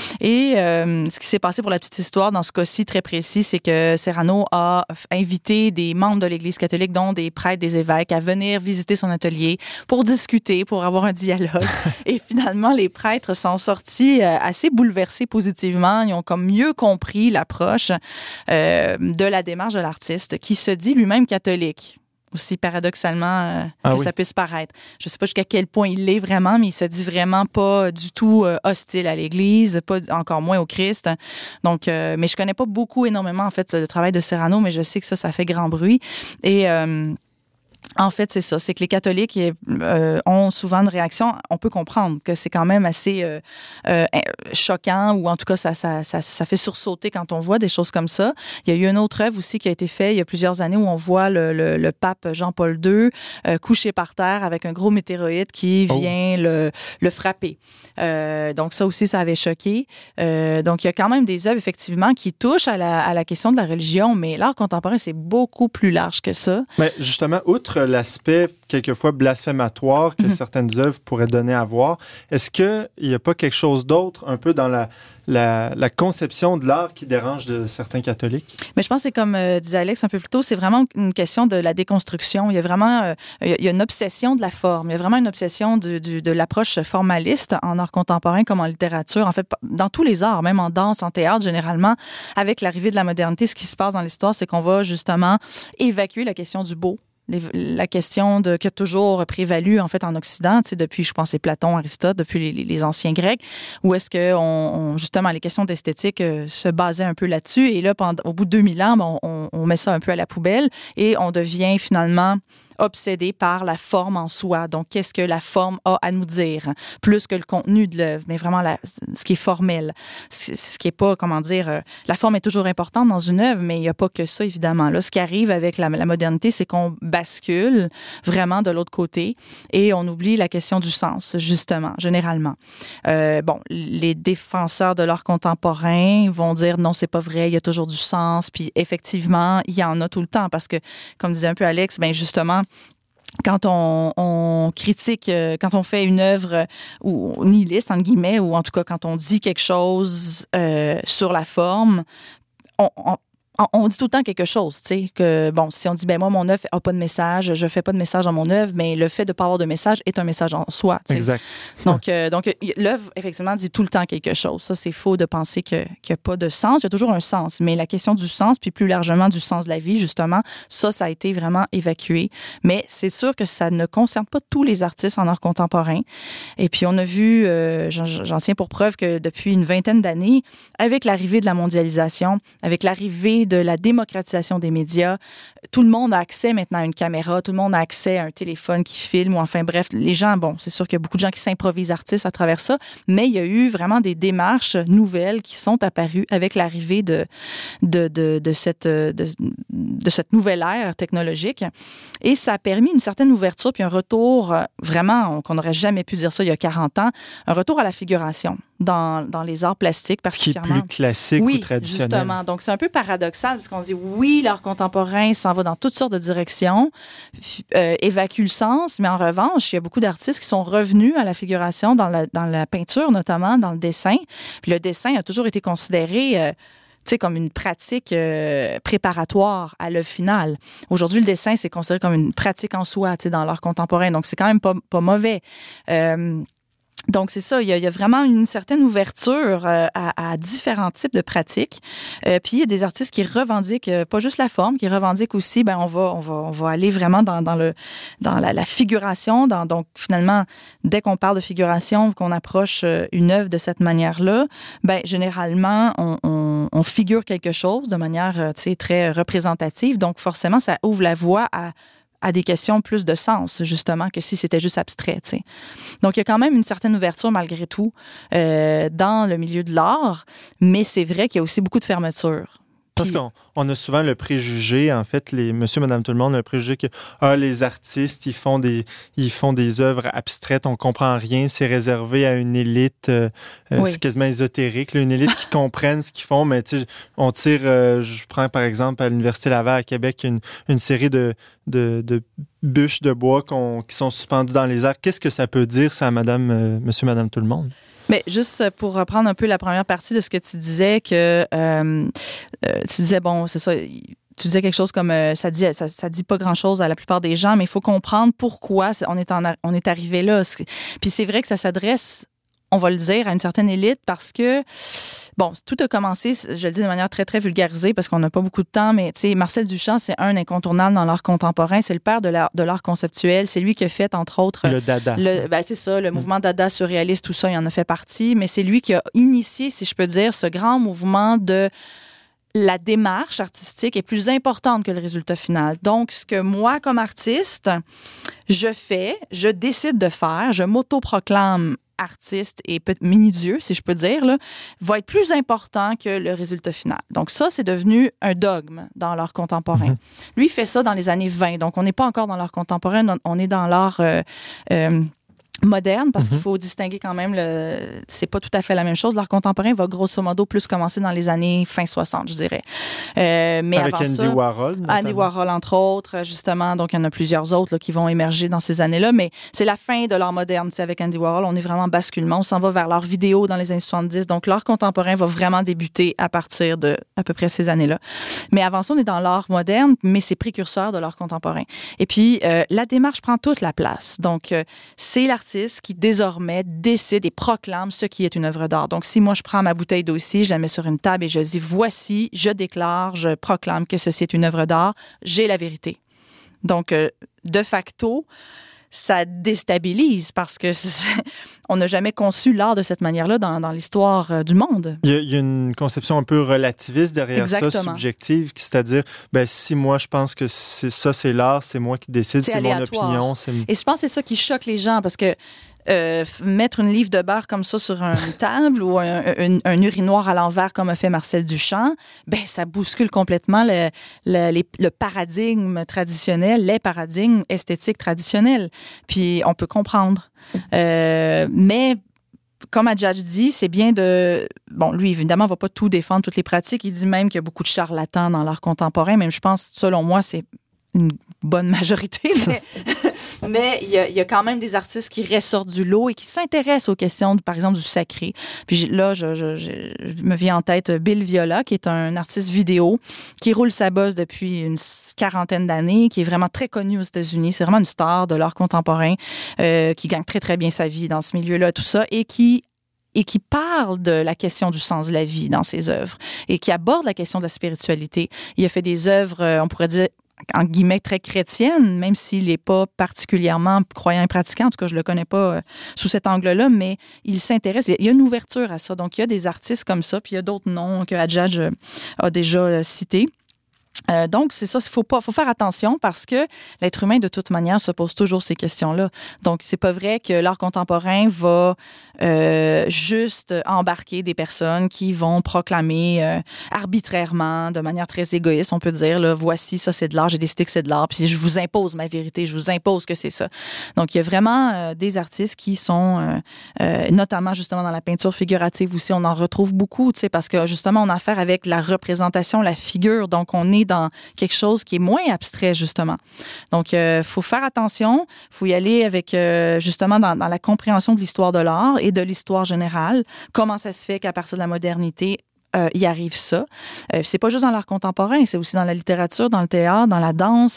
Et euh, ce qui s'est passé pour la petite histoire, dans ce cas-ci très précis, c'est que Serrano a invité des membres de l'Église catholique, dont des prêtres, des évêques, à venir visiter son atelier pour discuter, pour avoir un dialogue. Et finalement, les prêtres sont sortis assez bouleversés positivement. Ils ont comme mieux compris l'approche euh, de la démarche de l'artiste qui se dit lui-même catholique. Aussi paradoxalement euh, ah que oui. ça puisse paraître. Je ne sais pas jusqu'à quel point il l'est vraiment, mais il se dit vraiment pas du tout euh, hostile à l'Église, pas encore moins au Christ. Donc, euh, mais je connais pas beaucoup, énormément en fait le travail de Serrano, mais je sais que ça, ça fait grand bruit. Et euh, en fait, c'est ça. C'est que les catholiques euh, ont souvent une réaction. On peut comprendre que c'est quand même assez euh, euh, choquant ou en tout cas, ça, ça, ça, ça fait sursauter quand on voit des choses comme ça. Il y a eu une autre œuvre aussi qui a été faite il y a plusieurs années où on voit le, le, le pape Jean-Paul deux euh, couché par terre avec un gros météorite qui vient oh. le, le frapper. Euh, donc ça aussi, ça avait choqué. Euh, donc il y a quand même des œuvres effectivement qui touchent à la, à la question de la religion, mais l'art contemporain, c'est beaucoup plus large que ça. Mais justement, outre l'aspect quelquefois blasphématoire que mm-hmm. certaines œuvres pourraient donner à voir, est-ce qu'il n'y a pas quelque chose d'autre un peu dans la, la, la conception de l'art qui dérange de certains catholiques? Mais je pense que c'est comme euh, disait Alex un peu plus tôt, c'est vraiment une question de la déconstruction. Il y a vraiment euh, il y a une obsession de la forme. Il y a vraiment une obsession de, de, de l'approche formaliste en art contemporain comme en littérature. En fait, dans tous les arts, même en danse, en théâtre, généralement, avec l'arrivée de la modernité, ce qui se passe dans l'histoire, c'est qu'on va justement évacuer la question du beau. La question de, qui a toujours prévalu en fait en Occident, tu sais, depuis, je pense, c'est Platon, Aristote, depuis les, les, les anciens Grecs, où est-ce que on, on, justement les questions d'esthétique euh, se basaient un peu là-dessus. Et là, pendant, au bout de deux mille ans, ben, on, on met ça un peu à la poubelle et on devient finalement obsédé par la forme en soi. Donc, qu'est-ce que la forme a à nous dire, plus que le contenu de l'œuvre, mais vraiment la, ce qui est formel, ce qui est pas, comment dire, euh, la forme est toujours importante dans une œuvre, mais il n'y a pas que ça, évidemment. Là, ce qui arrive avec la, la modernité, c'est qu'on bascule vraiment de l'autre côté et on oublie la question du sens, justement, généralement. Euh, bon, les défenseurs de l'art contemporain vont dire non, c'est pas vrai, il y a toujours du sens, puis effectivement, il y en a tout le temps, parce que, comme disait un peu Alex, ben justement, quand on, on critique, quand on fait une œuvre ou nihiliste, entre guillemets, ou en tout cas quand on dit quelque chose euh, sur la forme, on, on on dit tout le temps quelque chose, tu sais, que, bon, si on dit, ben moi, mon œuvre n'a pas de message, je ne fais pas de message dans mon œuvre, mais le fait de ne pas avoir de message est un message en soi, tu sais. Exact. Donc, euh, donc l'œuvre, effectivement, dit tout le temps quelque chose. Ça, c'est faux de penser que, qu'il n'y a pas de sens. Il y a toujours un sens, mais la question du sens, puis plus largement du sens de la vie, justement, ça, ça a été vraiment évacué. Mais c'est sûr que ça ne concerne pas tous les artistes en art contemporain. Et puis, on a vu, euh, j'en, j'en tiens pour preuve que depuis une vingtaine d'années, avec l'arrivée de la mondialisation, avec l'arrivée de la démocratisation des médias. Tout le monde a accès maintenant à une caméra, tout le monde a accès à un téléphone qui filme, ou enfin bref, les gens, bon, c'est sûr qu'il y a beaucoup de gens qui s'improvisent artistes à travers ça, mais il y a eu vraiment des démarches nouvelles qui sont apparues avec l'arrivée de, de, de, de, cette, de, de cette nouvelle ère technologique. Et ça a permis une certaine ouverture, puis un retour, vraiment, qu'on n'aurait jamais pu dire ça il y a quarante ans, un retour à la figuration dans, dans les arts plastiques particulièrement. Ce qui est plus classique oui, ou traditionnel. Oui, justement. Donc, c'est un peu paradoxal parce qu'on dit, oui, l'art contemporain s'en va dans toutes sortes de directions, euh, évacue le sens, mais en revanche, il y a beaucoup d'artistes qui sont revenus à la figuration dans la, dans la peinture, notamment dans le dessin. Puis le dessin a toujours été considéré... Euh, tu sais, comme une pratique euh, préparatoire à l'œuvre finale. Aujourd'hui, le dessin, c'est considéré comme une pratique en soi, tu sais, dans l'art contemporain. Donc, c'est quand même pas, pas mauvais. Euh, Donc, c'est ça, il y, a, il y a vraiment une certaine ouverture euh, à, à différents types de pratiques. Euh, puis, il y a des artistes qui revendiquent euh, pas juste la forme, qui revendiquent aussi, ben on va, on va, on va aller vraiment dans, dans, le, dans la, la figuration. Dans, donc, finalement, dès qu'on parle de figuration, qu'on approche euh, une œuvre de cette manière-là, ben généralement, on, on, on figure quelque chose de manière, euh, tu sais, très représentative. Donc, forcément, ça ouvre la voie à à des questions plus de sens, justement, que si c'était juste abstrait, tu sais. Donc, il y a quand même une certaine ouverture, malgré tout, euh, dans le milieu de l'art, mais c'est vrai qu'il y a aussi beaucoup de fermeture. Parce Puis, qu'on on a souvent le préjugé, en fait, les monsieur, madame, tout le monde, le préjugé que ah, les artistes, ils font des ils font des œuvres abstraites, on comprend rien, c'est réservé à une élite, euh, oui. C'est quasiment ésotérique, là, une élite qui comprenne ce qu'ils font, mais tu sais, on tire, euh, je prends par exemple à l'Université Laval à Québec, une, une série de, de, de bûches de bois qu'on, qui sont suspendues dans les airs. Qu'est-ce que ça peut dire, ça, madame, euh, monsieur, madame, tout le monde? Mais juste pour reprendre un peu la première partie de ce que tu disais, que euh, euh, tu disais, bon, c'est ça, tu disais quelque chose comme, euh, ça dit ça, ça dit pas grand-chose à la plupart des gens, mais il faut comprendre pourquoi on est, en, on est arrivé là. Puis c'est vrai que ça s'adresse, on va le dire, à une certaine élite parce que, bon, tout a commencé, je le dis de manière très, très vulgarisée parce qu'on n'a pas beaucoup de temps, mais tu sais, Marcel Duchamp, c'est un incontournable dans l'art contemporain. C'est le père de l'art, de l'art conceptuel. C'est lui qui a fait, entre autres... Le Dada. Le, ben, c'est ça, le mouvement Dada, surréaliste, tout ça, il en a fait partie. Mais c'est lui qui a initié, si je peux dire, ce grand mouvement de... La démarche artistique est plus importante que le résultat final. Donc, ce que moi, comme artiste, je fais, je décide de faire, je m'autoproclame artiste et mini-dieu, si je peux dire, là, va être plus important que le résultat final. Donc ça, c'est devenu un dogme dans l'art contemporain. Mm-hmm. Lui, il fait ça dans les années vingt. Donc, on n'est pas encore dans l'art contemporain, on est dans l'art... Euh, euh, moderne, parce mm-hmm. qu'il faut distinguer quand même, le, c'est pas tout à fait la même chose. L'art contemporain va grosso modo plus commencer dans les années fin soixante, je dirais. Euh, mais Avec avant Andy ça, Warhol. Notamment. Andy Warhol, entre autres, justement. Donc, il y en a plusieurs autres là, qui vont émerger dans ces années-là, mais c'est la fin de l'art moderne. C'est avec Andy Warhol, on est vraiment en basculement. On s'en va vers l'art vidéo dans les années soixante-dix. Donc, l'art contemporain va vraiment débuter à partir de à peu près ces années-là. Mais avant ça, on est dans l'art moderne, mais c'est précurseur de l'art contemporain. Et puis, euh, la démarche prend toute la place. Donc, euh, c'est l'artiste qui désormais décide et proclame ce qui est une œuvre d'art. Donc, si moi, je prends ma bouteille d'eau ici, je la mets sur une table et je dis, voici, je déclare, je proclame que ceci est une œuvre d'art, j'ai la vérité. Donc, euh, de facto, ça déstabilise parce que on n'a jamais conçu l'art de cette manière-là dans, dans l'histoire euh, du monde. Il y, a, il y a une conception un peu relativiste derrière Exactement. Ça, subjective, c'est-à-dire, ben, si moi je pense que c'est ça, c'est l'art, c'est moi qui décide, c'est, c'est mon opinion. C'est... Et je pense que c'est ça qui choque les gens parce que Euh, mettre une livre de bar comme ça sur une table ou un, un, un urinoir à l'envers comme a fait Marcel Duchamp, ben ça bouscule complètement le, le, les, le paradigme traditionnel, les paradigmes esthétiques traditionnels. Puis on peut comprendre. Euh, mais comme Adjadj dit, c'est bien de... Bon, lui, évidemment, ne va pas tout défendre, toutes les pratiques. Il dit même qu'il y a beaucoup de charlatans dans l'art contemporain. Même, je pense, selon moi, c'est une bonne majorité, mais... Mais il y, a, il y a quand même des artistes qui ressortent du lot et qui s'intéressent aux questions, par exemple, du sacré. Puis là, je, je, je, je me viens en tête Bill Viola, qui est un artiste vidéo qui roule sa bosse depuis une quarantaine d'années, qui est vraiment très connu aux États-Unis. C'est vraiment une star de l'art contemporain euh, qui gagne très, très bien sa vie dans ce milieu-là, tout ça, et qui et qui parle de la question du sens de la vie dans ses œuvres et qui aborde la question de la spiritualité. Il a fait des œuvres, on pourrait dire, en guillemets, très chrétienne, même s'il n'est pas particulièrement croyant et pratiquant. En tout cas, je ne le connais pas euh, sous cet angle-là, mais il s'intéresse. Il y a une ouverture à ça. Donc, il y a des artistes comme ça, puis il y a d'autres noms que Adjadj a déjà euh, cités. Euh, donc, c'est ça, il faut pas, faut faire attention parce que l'être humain, de toute manière, se pose toujours ces questions-là. Donc, c'est pas vrai que l'art contemporain va euh, juste embarquer des personnes qui vont proclamer euh, arbitrairement, de manière très égoïste, on peut dire, là, voici, ça c'est de l'art, j'ai décidé que c'est de l'art, puis je vous impose ma vérité, je vous impose que c'est ça. Donc, il y a vraiment euh, des artistes qui sont, euh, euh, notamment justement dans la peinture figurative aussi, on en retrouve beaucoup, tu sais, parce que justement, on a affaire avec la représentation, la figure, donc on est dans quelque chose qui est moins abstrait, justement. Donc, il euh, faut faire attention. Il faut y aller avec, euh, justement, dans, dans la compréhension de l'histoire de l'art et de l'histoire générale. Comment ça se fait qu'à partir de la modernité, euh, il arrive ça. Euh, c'est pas juste dans l'art contemporain, c'est aussi dans la littérature, dans le théâtre, dans la danse.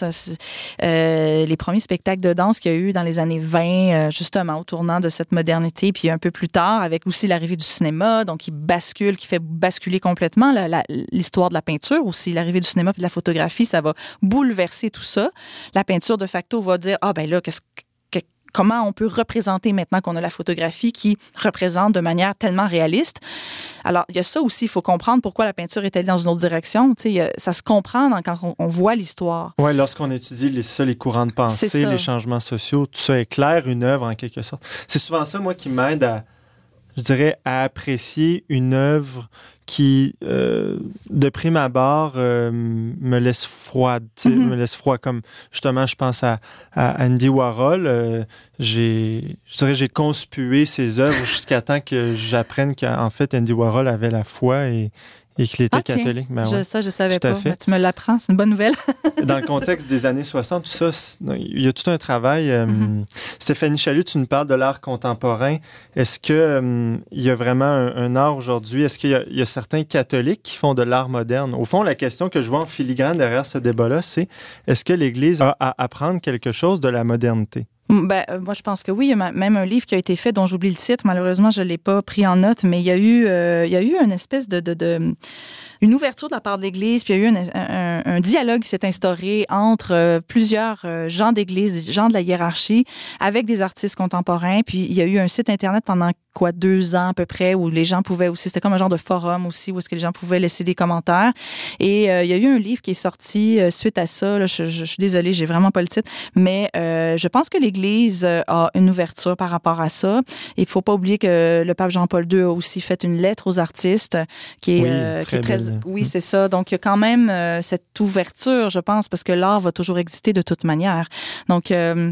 Euh, les premiers spectacles de danse qu'il y a eu dans les années vingt, euh, justement, au tournant de cette modernité, puis un peu plus tard, avec aussi l'arrivée du cinéma, donc qui bascule, qui fait basculer complètement la, la, l'histoire de la peinture aussi. L'arrivée du cinéma puis de la photographie, ça va bouleverser tout ça. La peinture, de facto, va dire, ah ben là, qu'est-ce que comment on peut représenter maintenant qu'on a la photographie qui représente de manière tellement réaliste. Alors, il y a ça aussi, il faut comprendre pourquoi la peinture est allée dans une autre direction. Tu sais, ça se comprend quand on, on voit l'histoire. Oui, lorsqu'on étudie les, ça, les courants de pensée, les changements sociaux, tout ça éclaire une œuvre en quelque sorte. C'est souvent ça, moi, qui m'aide à, je dirais, à apprécier une œuvre qui, euh, de prime abord, euh, me laisse froide, mm-hmm. me laisse froid. Comme, justement, je pense à, à Andy Warhol. Euh, j'ai, je dirais, j'ai conspué ses œuvres jusqu'à temps que j'apprenne qu'en fait, Andy Warhol avait la foi et Et qu'il était ah, catholique. Ben je, ouais, ça, je ne savais pas. Ben, tu me l'apprends, c'est une bonne nouvelle. Dans le contexte des années soixante, tout ça, il y a tout un travail. Euh, mm-hmm. Stéphanie Chaloux, tu nous parles de l'art contemporain. Est-ce qu'il euh, y a vraiment un, un art aujourd'hui? Est-ce qu'il y a, il y a certains catholiques qui font de l'art moderne? Au fond, la question que je vois en filigrane derrière ce débat-là, c'est est-ce que l'Église a à apprendre quelque chose de la modernité? Ben, euh, moi, je pense que oui. Il y a même un livre qui a été fait dont j'oublie le titre. Malheureusement, je ne l'ai pas pris en note, mais il y a eu, euh, il y a eu une espèce de, de, de... une ouverture de la part de l'Église, puis il y a eu un, un, un dialogue qui s'est instauré entre euh, plusieurs euh, gens d'Église, gens de la hiérarchie, avec des artistes contemporains. Puis il y a eu un site Internet pendant quoi, deux ans à peu près, où les gens pouvaient aussi, c'était comme un genre de forum aussi, où est-ce que les gens pouvaient laisser des commentaires. Et euh, il y a eu un livre qui est sorti euh, suite à ça. Là, je, je, je suis désolée, j'ai vraiment pas le titre, mais euh, je pense que l'Église a une ouverture par rapport à ça. Et il faut pas oublier que le pape Jean-Paul deux a aussi fait une lettre aux artistes qui est, oui, euh, très, qui est très... Oui, mmh. c'est ça. Donc, il y a quand même euh, cette ouverture, je pense, parce que l'art va toujours exister de toute manière. Donc... Euh,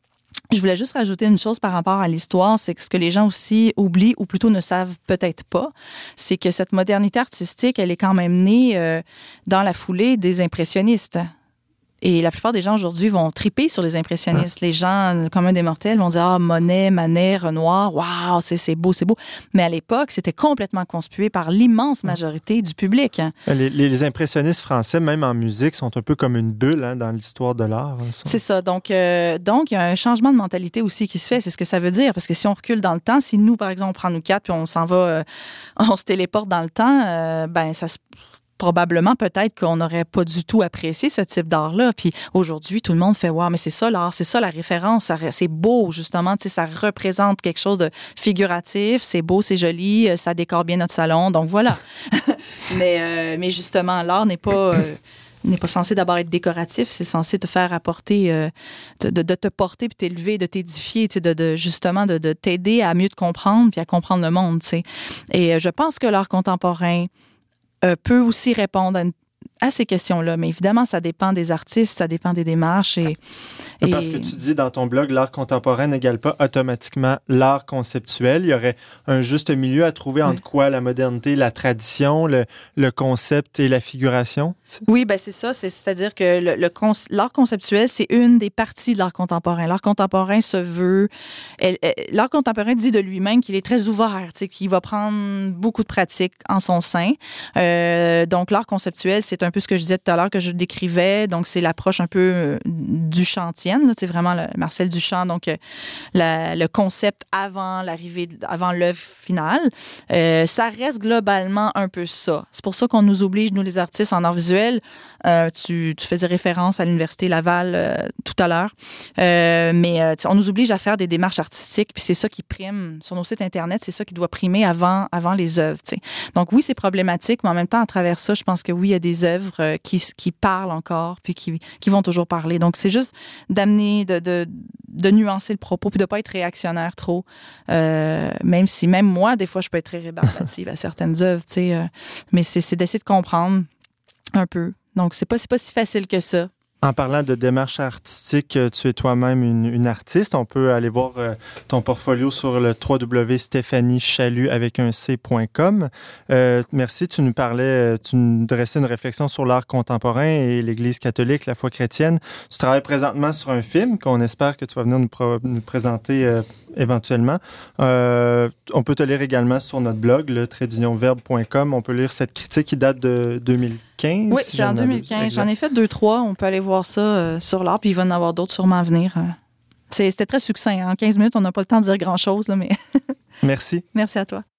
Je voulais juste rajouter une chose par rapport à l'histoire, c'est que ce que les gens aussi oublient, ou plutôt ne savent peut-être pas, c'est que cette modernité artistique, elle est quand même née euh, dans la foulée des impressionnistes. Et la plupart des gens aujourd'hui vont triper sur les impressionnistes. Ah. Les gens, comme un des mortels, vont dire « Ah, Monet, Manet, Renoir, waouh, c'est, c'est beau, c'est beau ». Mais à l'époque, c'était complètement conspué par l'immense majorité du public. Les, les impressionnistes français, même en musique, sont un peu comme une bulle hein, dans l'histoire de l'art. Ça. C'est ça. Donc, euh, donc, il y a un changement de mentalité aussi qui se fait. C'est ce que ça veut dire. Parce que si on recule dans le temps, si nous, par exemple, on prend nous quatre puis on s'en va, euh, on se téléporte dans le temps, euh, ben ça se... probablement, peut-être qu'on n'aurait pas du tout apprécié ce type d'art-là. Puis aujourd'hui, tout le monde fait « Wow, mais c'est ça l'art, c'est ça la référence, ça, c'est beau, justement, tu sais, ça représente quelque chose de figuratif, c'est beau, c'est joli, ça décore bien notre salon, donc voilà. » mais, euh, mais justement, l'art n'est pas... Euh, n'est pas censé d'abord être décoratif, c'est censé te faire apporter, euh, de, de te porter puis t'élever, de t'édifier, de, de, justement de, de t'aider à mieux te comprendre puis à comprendre le monde. T'sais. Et euh, je pense que l'art contemporain Euh, peut aussi répondre à, une, à ces questions-là. Mais évidemment, ça dépend des artistes, ça dépend des démarches. Et, et... Parce que tu dis dans ton blog, l'art contemporain n'égale pas automatiquement l'art conceptuel. Il y aurait un juste milieu à trouver entre oui. quoi la modernité, la tradition, le, le concept et la figuration? Oui, ben c'est ça. C'est, c'est-à-dire que le, le con, l'art conceptuel, c'est une des parties de l'art contemporain. L'art contemporain se veut... Elle, elle, l'art contemporain dit de lui-même qu'il est très ouvert, tu sais, qu'il va prendre beaucoup de pratiques en son sein. Euh, donc, l'art conceptuel, c'est un peu ce que je disais tout à l'heure, que je décrivais. Donc, c'est l'approche un peu duchampienne. Là, c'est vraiment le Marcel Duchamp. Donc, la, le concept avant l'arrivée, avant l'œuvre finale. Euh, ça reste globalement un peu ça. C'est pour ça qu'on nous oblige, nous les artistes en art visuel. Euh, tu, tu faisais référence à l'Université Laval euh, tout à l'heure. Euh, mais euh, on nous oblige à faire des démarches artistiques, puis c'est ça qui prime. Sur nos sites Internet, c'est ça qui doit primer avant, avant les œuvres. T'sais. Donc oui, c'est problématique, mais en même temps, à travers ça, je pense que oui, il y a des œuvres euh, qui, qui parlent encore, puis qui, qui vont toujours parler. Donc c'est juste d'amener, de, de, de nuancer le propos, puis de ne pas être réactionnaire trop. Euh, même si, même moi, des fois, je peux être très rébarbative à certaines œuvres. Euh, mais c'est, c'est d'essayer de comprendre un peu. Donc, c'est pas, c'est pas si facile que ça. En parlant de démarche artistique, tu es toi-même une, une artiste. On peut aller voir euh, ton portfolio sur le w w w point stéphanie chaloux avec un c point com. Euh, merci, tu nous parlais, tu nous dressais une réflexion sur l'art contemporain et l'Église catholique, la foi chrétienne. Tu travailles présentement sur un film qu'on espère que tu vas venir nous, pro- nous présenter euh, éventuellement. Euh, on peut te lire également sur notre blog, le trait d'union verbe point com. On peut lire cette critique qui date de deux mille quinze. Oui, c'est en deux mille quinze. J'en ai fait deux, trois. On peut aller voir ça euh, sur l'art, puis il va en avoir d'autres sûrement à venir. Euh. C'est, c'était très succinct. En quinze minutes, on n'a pas le temps de dire grand-chose, là, mais... Merci. Merci à toi.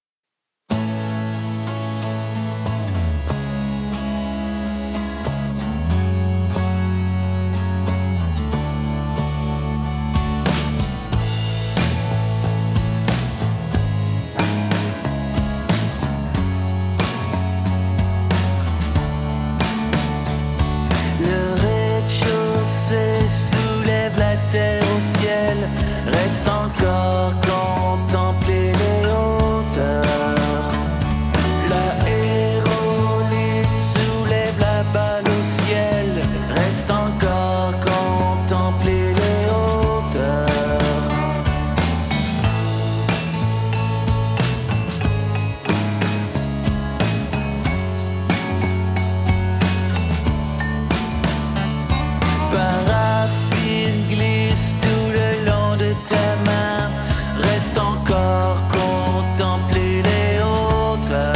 Reste encore contempler les hauteurs. La hérolite soulève la balle au ciel. Reste encore contempler les hauteurs. Paraffine glisse tout le long de ta main, reste encore contempler les hauteurs.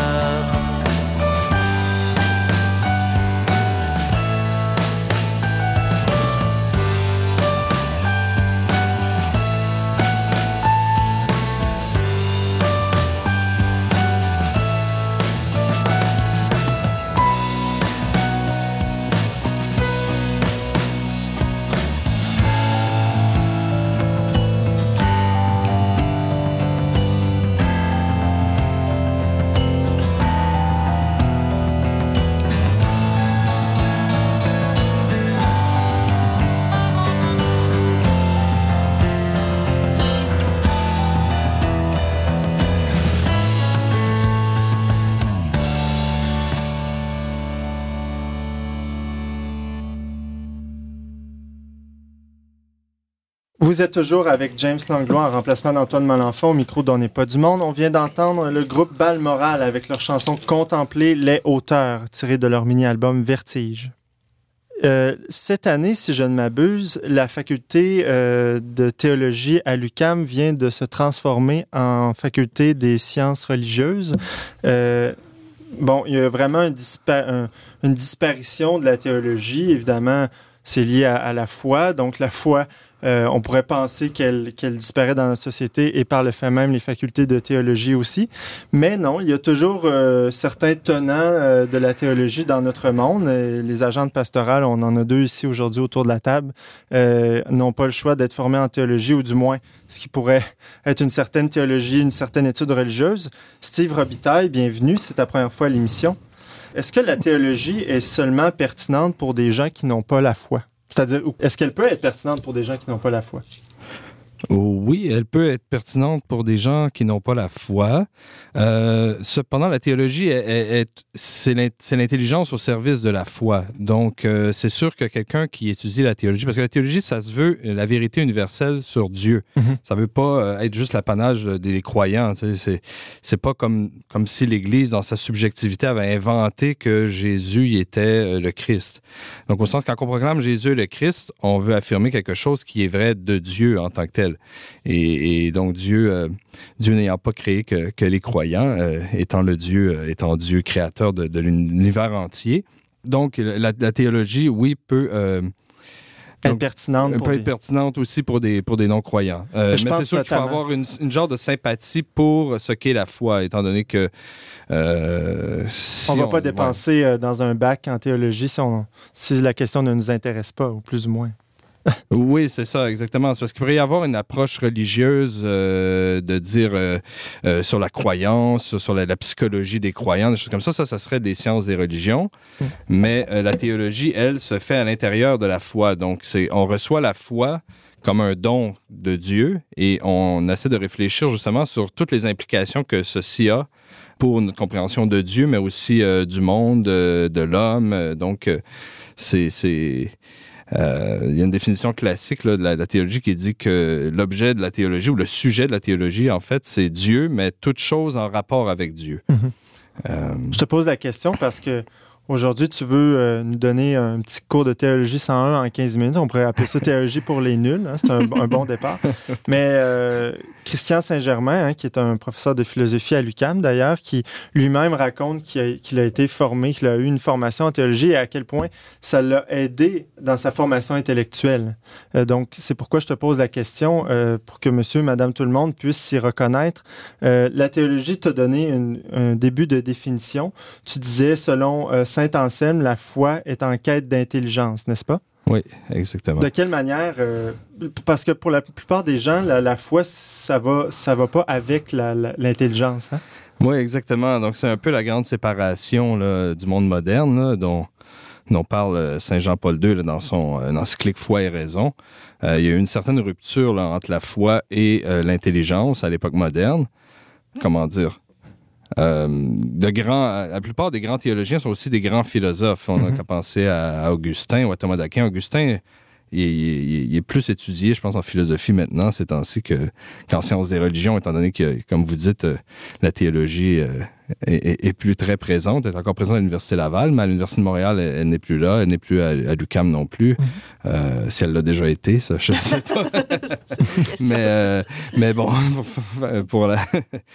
Vous êtes toujours avec James Langlois en remplacement d'Antoine Malenfant au micro d'On n'est pas du monde. On vient d'entendre le groupe Balmoral avec leur chanson « Contempler les hauteurs » tirée de leur mini-album « Vertige ». Euh, cette année, si je ne m'abuse, la faculté euh, de théologie à l'U Q A M vient de se transformer en faculté des sciences religieuses. Euh, bon, il y a vraiment un dispa- un, une disparition de la théologie. Évidemment, c'est lié à, à la foi. Donc, la foi, euh, on pourrait penser qu'elle, qu'elle disparaît dans notre société et par le fait même les facultés de théologie aussi. Mais non, il y a toujours euh, certains tenants euh, de la théologie dans notre monde. Et les agentes pastorales, on en a deux ici aujourd'hui autour de la table, euh, n'ont pas le choix d'être formés en théologie, ou du moins ce qui pourrait être une certaine théologie, une certaine étude religieuse. Steve Robitaille, bienvenue, c'est ta première fois à l'émission. Est-ce que la théologie est seulement pertinente pour des gens qui n'ont pas la foi? C'est-à-dire, est-ce qu'elle peut être pertinente pour des gens qui n'ont pas la foi? Oui, elle peut être pertinente pour des gens qui n'ont pas la foi. Euh, cependant, la théologie, est, est, est, c'est, l'in- c'est l'intelligence au service de la foi. Donc, euh, c'est sûr que quelqu'un qui étudie la théologie, parce que la théologie, ça se veut la vérité universelle sur Dieu. Mm-hmm. Ça ne veut pas euh, être juste l'apanage des croyants. Tu sais, c'est, c'est pas comme, comme si l'Église, dans sa subjectivité, avait inventé que Jésus y était euh, le Christ. Donc, au sens, quand on proclame Jésus le Christ, on veut affirmer quelque chose qui est vrai de Dieu en tant que tel. Et, et donc, Dieu, euh, Dieu n'ayant pas créé que, que les croyants, euh, étant le Dieu, euh, étant Dieu créateur de, de l'univers entier. Donc, la, la théologie, oui, peut... Euh, donc, être pertinente pour peut des... être pertinente aussi pour des, pour des non-croyants. Euh, mais c'est sûr notamment... qu'il faut avoir une, une genre de sympathie pour ce qu'est la foi, étant donné que... Euh, si on ne va on, pas dépenser ouais. dans un bac en théologie si, on, si la question ne nous intéresse pas, ou plus ou moins. Oui, c'est ça, exactement. C'est parce qu'il pourrait y avoir une approche religieuse euh, de dire euh, euh, sur la croyance, sur la, la psychologie des croyants, des choses comme ça. Ça, ça serait des sciences des religions. Mm. Mais euh, la théologie, elle, se fait à l'intérieur de la foi. Donc, c'est, on reçoit la foi comme un don de Dieu et on essaie de réfléchir justement sur toutes les implications que ceci a pour notre compréhension de Dieu, mais aussi euh, du monde, euh, de l'homme. Donc, euh, c'est... c'est Euh, il y a une définition classique là, de, la, de la théologie qui dit que l'objet de la théologie ou le sujet de la théologie, en fait, c'est Dieu, mais toute chose en rapport avec Dieu. Mm-hmm. Euh... Je te pose la question parce que aujourd'hui, tu veux euh, nous donner un petit cours de théologie cent un en quinze minutes. On pourrait appeler ça théologie pour les nuls. Hein? C'est un, un bon départ. Mais euh, Christian Saint-Germain, hein, qui est un professeur de philosophie à l'U Q A M d'ailleurs, qui lui-même raconte qu'il a, qu'il a été formé, qu'il a eu une formation en théologie et à quel point ça l'a aidé dans sa formation intellectuelle. Euh, donc, c'est pourquoi je te pose la question, euh, pour que monsieur, madame, tout le monde puisse s'y reconnaître. Euh, la théologie t'a donné une, un début de définition. Tu disais, selon euh, saint Anselme, la foi est en quête d'intelligence, n'est-ce pas? Oui, exactement. De quelle manière? Euh, parce que pour la plupart des gens, la, la foi, ça va, ça va pas avec la, la, l'intelligence. Hein? Oui, exactement. Donc, c'est un peu la grande séparation là, du monde moderne là, dont, dont parle saint Jean-Paul deux là, dans son euh, encyclique Foi et raison. Euh, il y a eu une certaine rupture là, entre la foi et euh, l'intelligence à l'époque moderne. Comment dire? Euh, de grands, la plupart des grands théologiens sont aussi des grands philosophes. On mm-hmm. a qu'à penser à, à Augustin ou à Thomas d'Aquin. Augustin, il, il, il est plus étudié, je pense, en philosophie maintenant, ces temps-ci, que, qu'en sciences des religions, étant donné que, comme vous dites, la théologie euh, est, est, est plus très présente. Elle est encore présente à l'Université Laval, mais à l'Université de Montréal, elle, elle n'est plus là. Elle n'est plus à, à l'U Q A M non plus. Mm-hmm. Euh, si elle l'a déjà été, ça, je ne sais pas. mais, euh, mais bon, pour la...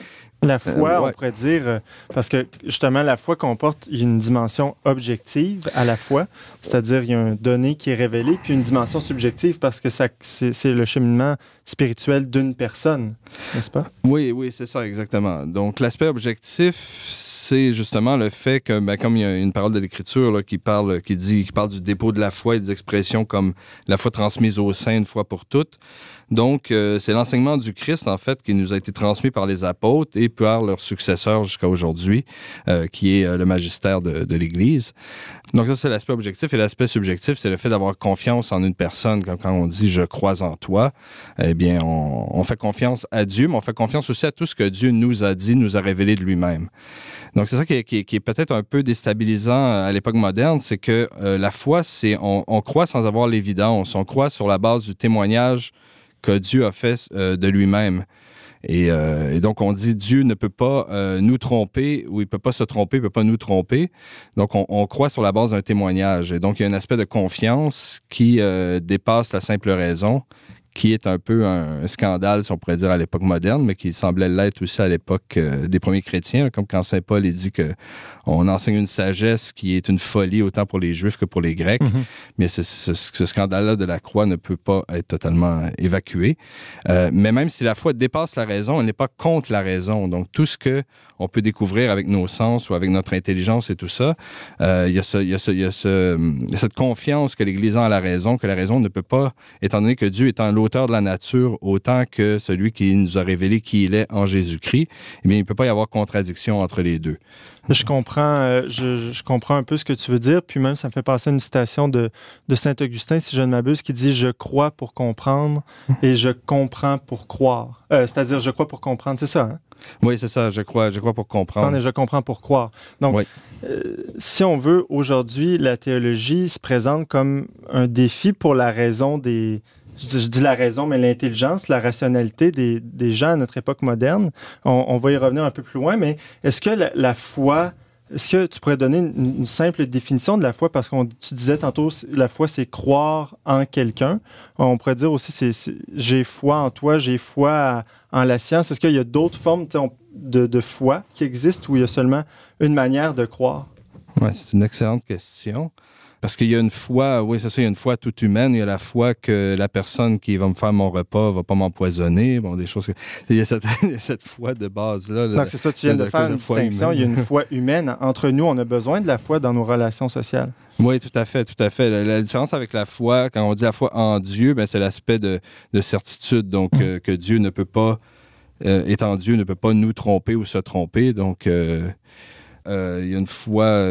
La foi, euh, ouais. on pourrait dire, euh, parce que justement, la foi comporte une dimension objective à la foi, c'est-à-dire il y a un donné qui est révélé, puis une dimension subjective parce que ça, c'est, c'est le cheminement spirituel d'une personne, n'est-ce pas? Oui, oui, c'est ça, exactement. Donc, l'aspect objectif, c'est justement le fait que, ben, comme il y a une parole de l'Écriture là, qui parle, qui dit, qui parle du dépôt de la foi et des expressions comme la foi transmise au sein une fois pour toutes. Donc, euh, c'est l'enseignement du Christ, en fait, qui nous a été transmis par les apôtres et par leurs successeurs jusqu'à aujourd'hui, euh, qui est euh, le magistère de, de l'Église. Donc, ça, c'est l'aspect objectif. Et l'aspect subjectif, c'est le fait d'avoir confiance en une personne. Comme quand on dit « je crois en toi », eh bien, on, on fait confiance à Dieu, mais on fait confiance aussi à tout ce que Dieu nous a dit, nous a révélé de lui-même. Donc, c'est ça qui est, qui est, qui est peut-être un peu déstabilisant à l'époque moderne, c'est que euh, la foi, c'est on, on croit sans avoir l'évidence. On croit sur la base du témoignage que Dieu a fait euh, de lui-même. Et, euh, et donc, on dit Dieu ne peut pas euh, nous tromper, ou il ne peut pas se tromper, il ne peut pas nous tromper. Donc, on, on croit sur la base d'un témoignage. Et donc, il y a un aspect de confiance qui euh, dépasse la simple raison, qui est un peu un, un scandale, si on pourrait dire, à l'époque moderne, mais qui semblait l'être aussi à l'époque euh, des premiers chrétiens, comme quand saint Paul il dit qu'on enseigne une sagesse qui est une folie autant pour les Juifs que pour les Grecs. Mm-hmm. Mais ce, ce, ce scandale-là de la croix ne peut pas être totalement évacué. Euh, mais même si la foi dépasse la raison, elle n'est pas contre la raison. Donc, tout ce qu'on peut découvrir avec nos sens ou avec notre intelligence et tout ça, euh, il y a, ce, il y a, ce, il y a ce, cette confiance que l'Église a à la raison, que la raison ne peut pas, étant donné que Dieu étant l'auteur de la nature autant que celui qui nous a révélé qui il est en Jésus-Christ, eh bien, il ne peut pas y avoir contradiction entre les deux. Je comprends, euh, je, je comprends un peu ce que tu veux dire, puis même ça me fait penser à une citation de, de Saint-Augustin, si je ne m'abuse, qui dit « Je crois pour comprendre et je comprends pour croire euh, ». C'est-à-dire « Je crois pour comprendre », c'est ça, hein? Oui, c'est ça, je crois, je crois pour comprendre. Et je comprends pour croire. Donc, oui. euh, si on veut, aujourd'hui, la théologie se présente comme un défi pour la raison des... Je dis la raison, mais l'intelligence, la rationalité des, des gens à notre époque moderne. On, on va y revenir un peu plus loin, mais est-ce que la, la foi... Est-ce que tu pourrais donner une, une simple définition de la foi? Parce que tu disais tantôt, la foi, c'est croire en quelqu'un. On pourrait dire aussi, c'est, c'est j'ai foi en toi, j'ai foi à, en la science. Est-ce qu'il y a d'autres formes de, de foi qui existent ou il y a seulement une manière de croire? Oui, c'est une excellente question. Parce qu'il y a une foi, oui, c'est ça, il y a une foi toute humaine. Il y a la foi que la personne qui va me faire mon repas va pas m'empoisonner. Bon, des choses. Que... Il y a cette, il y a cette foi de base-là. Donc, c'est ça, tu viens de, de faire de une distinction. Il y a une foi humaine. Entre nous, on a besoin de la foi dans nos relations sociales. Oui, tout à fait, tout à fait. La, la différence avec la foi, quand on dit la foi en Dieu, ben, c'est l'aspect de, de certitude. Donc, mmh. euh, que Dieu ne peut pas, euh, étant Dieu, ne peut pas nous tromper ou se tromper. Donc, euh, euh, il y a une foi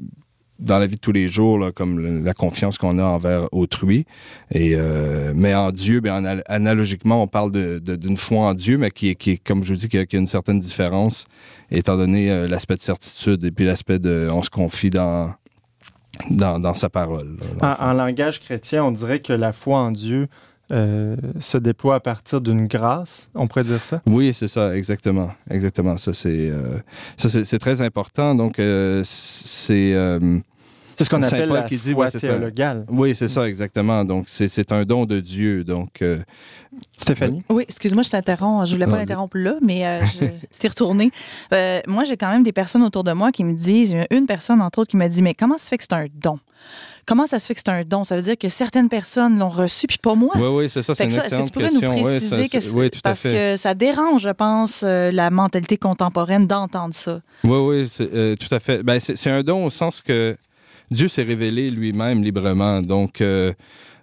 dans la vie de tous les jours, là, comme la confiance qu'on a envers autrui. Et, euh, mais en Dieu, bien, en, analogiquement, on parle de, de, d'une foi en Dieu, mais qui, qui comme je vous dis, qui a, qui a une certaine différence, étant donné euh, l'aspect de certitude et puis l'aspect de on se confie dans, dans, dans sa parole. Là, dans en, en langage chrétien, on dirait que la foi en Dieu euh, se déploie à partir d'une grâce, on pourrait dire ça? Oui, c'est ça, exactement. Exactement. Ça, c'est, euh, ça, c'est, c'est très important. Donc, euh, c'est... Euh, c'est ce qu'on Saint appelle Paul la qui dit, foi ouais, c'est théologale. un, oui, c'est ça, exactement. Donc, c'est, c'est un don de Dieu. Donc, euh, Stéphanie? Oui, excuse-moi, je t'interromps. Je voulais pas Non, l'interrompre là, mais euh, je suis retournée. Euh, moi, j'ai quand même des personnes autour de moi qui me disent, une personne, entre autres, qui m'a dit, mais comment ça se fait que c'est un don? Comment ça se fait que c'est un don? Ça veut dire que certaines personnes l'ont reçu, puis pas moi. Oui, oui, c'est ça, c'est Fait une que ça, excellente est-ce que tu pourrais question. nous préciser oui, ça, que c'est, oui, tout à parce fait. que ça dérange, je pense, euh, la mentalité contemporaine d'entendre ça. Oui, oui, c'est, euh, tout à fait. Ben, c'est, c'est un don au sens que Dieu s'est révélé lui-même librement. Donc, euh,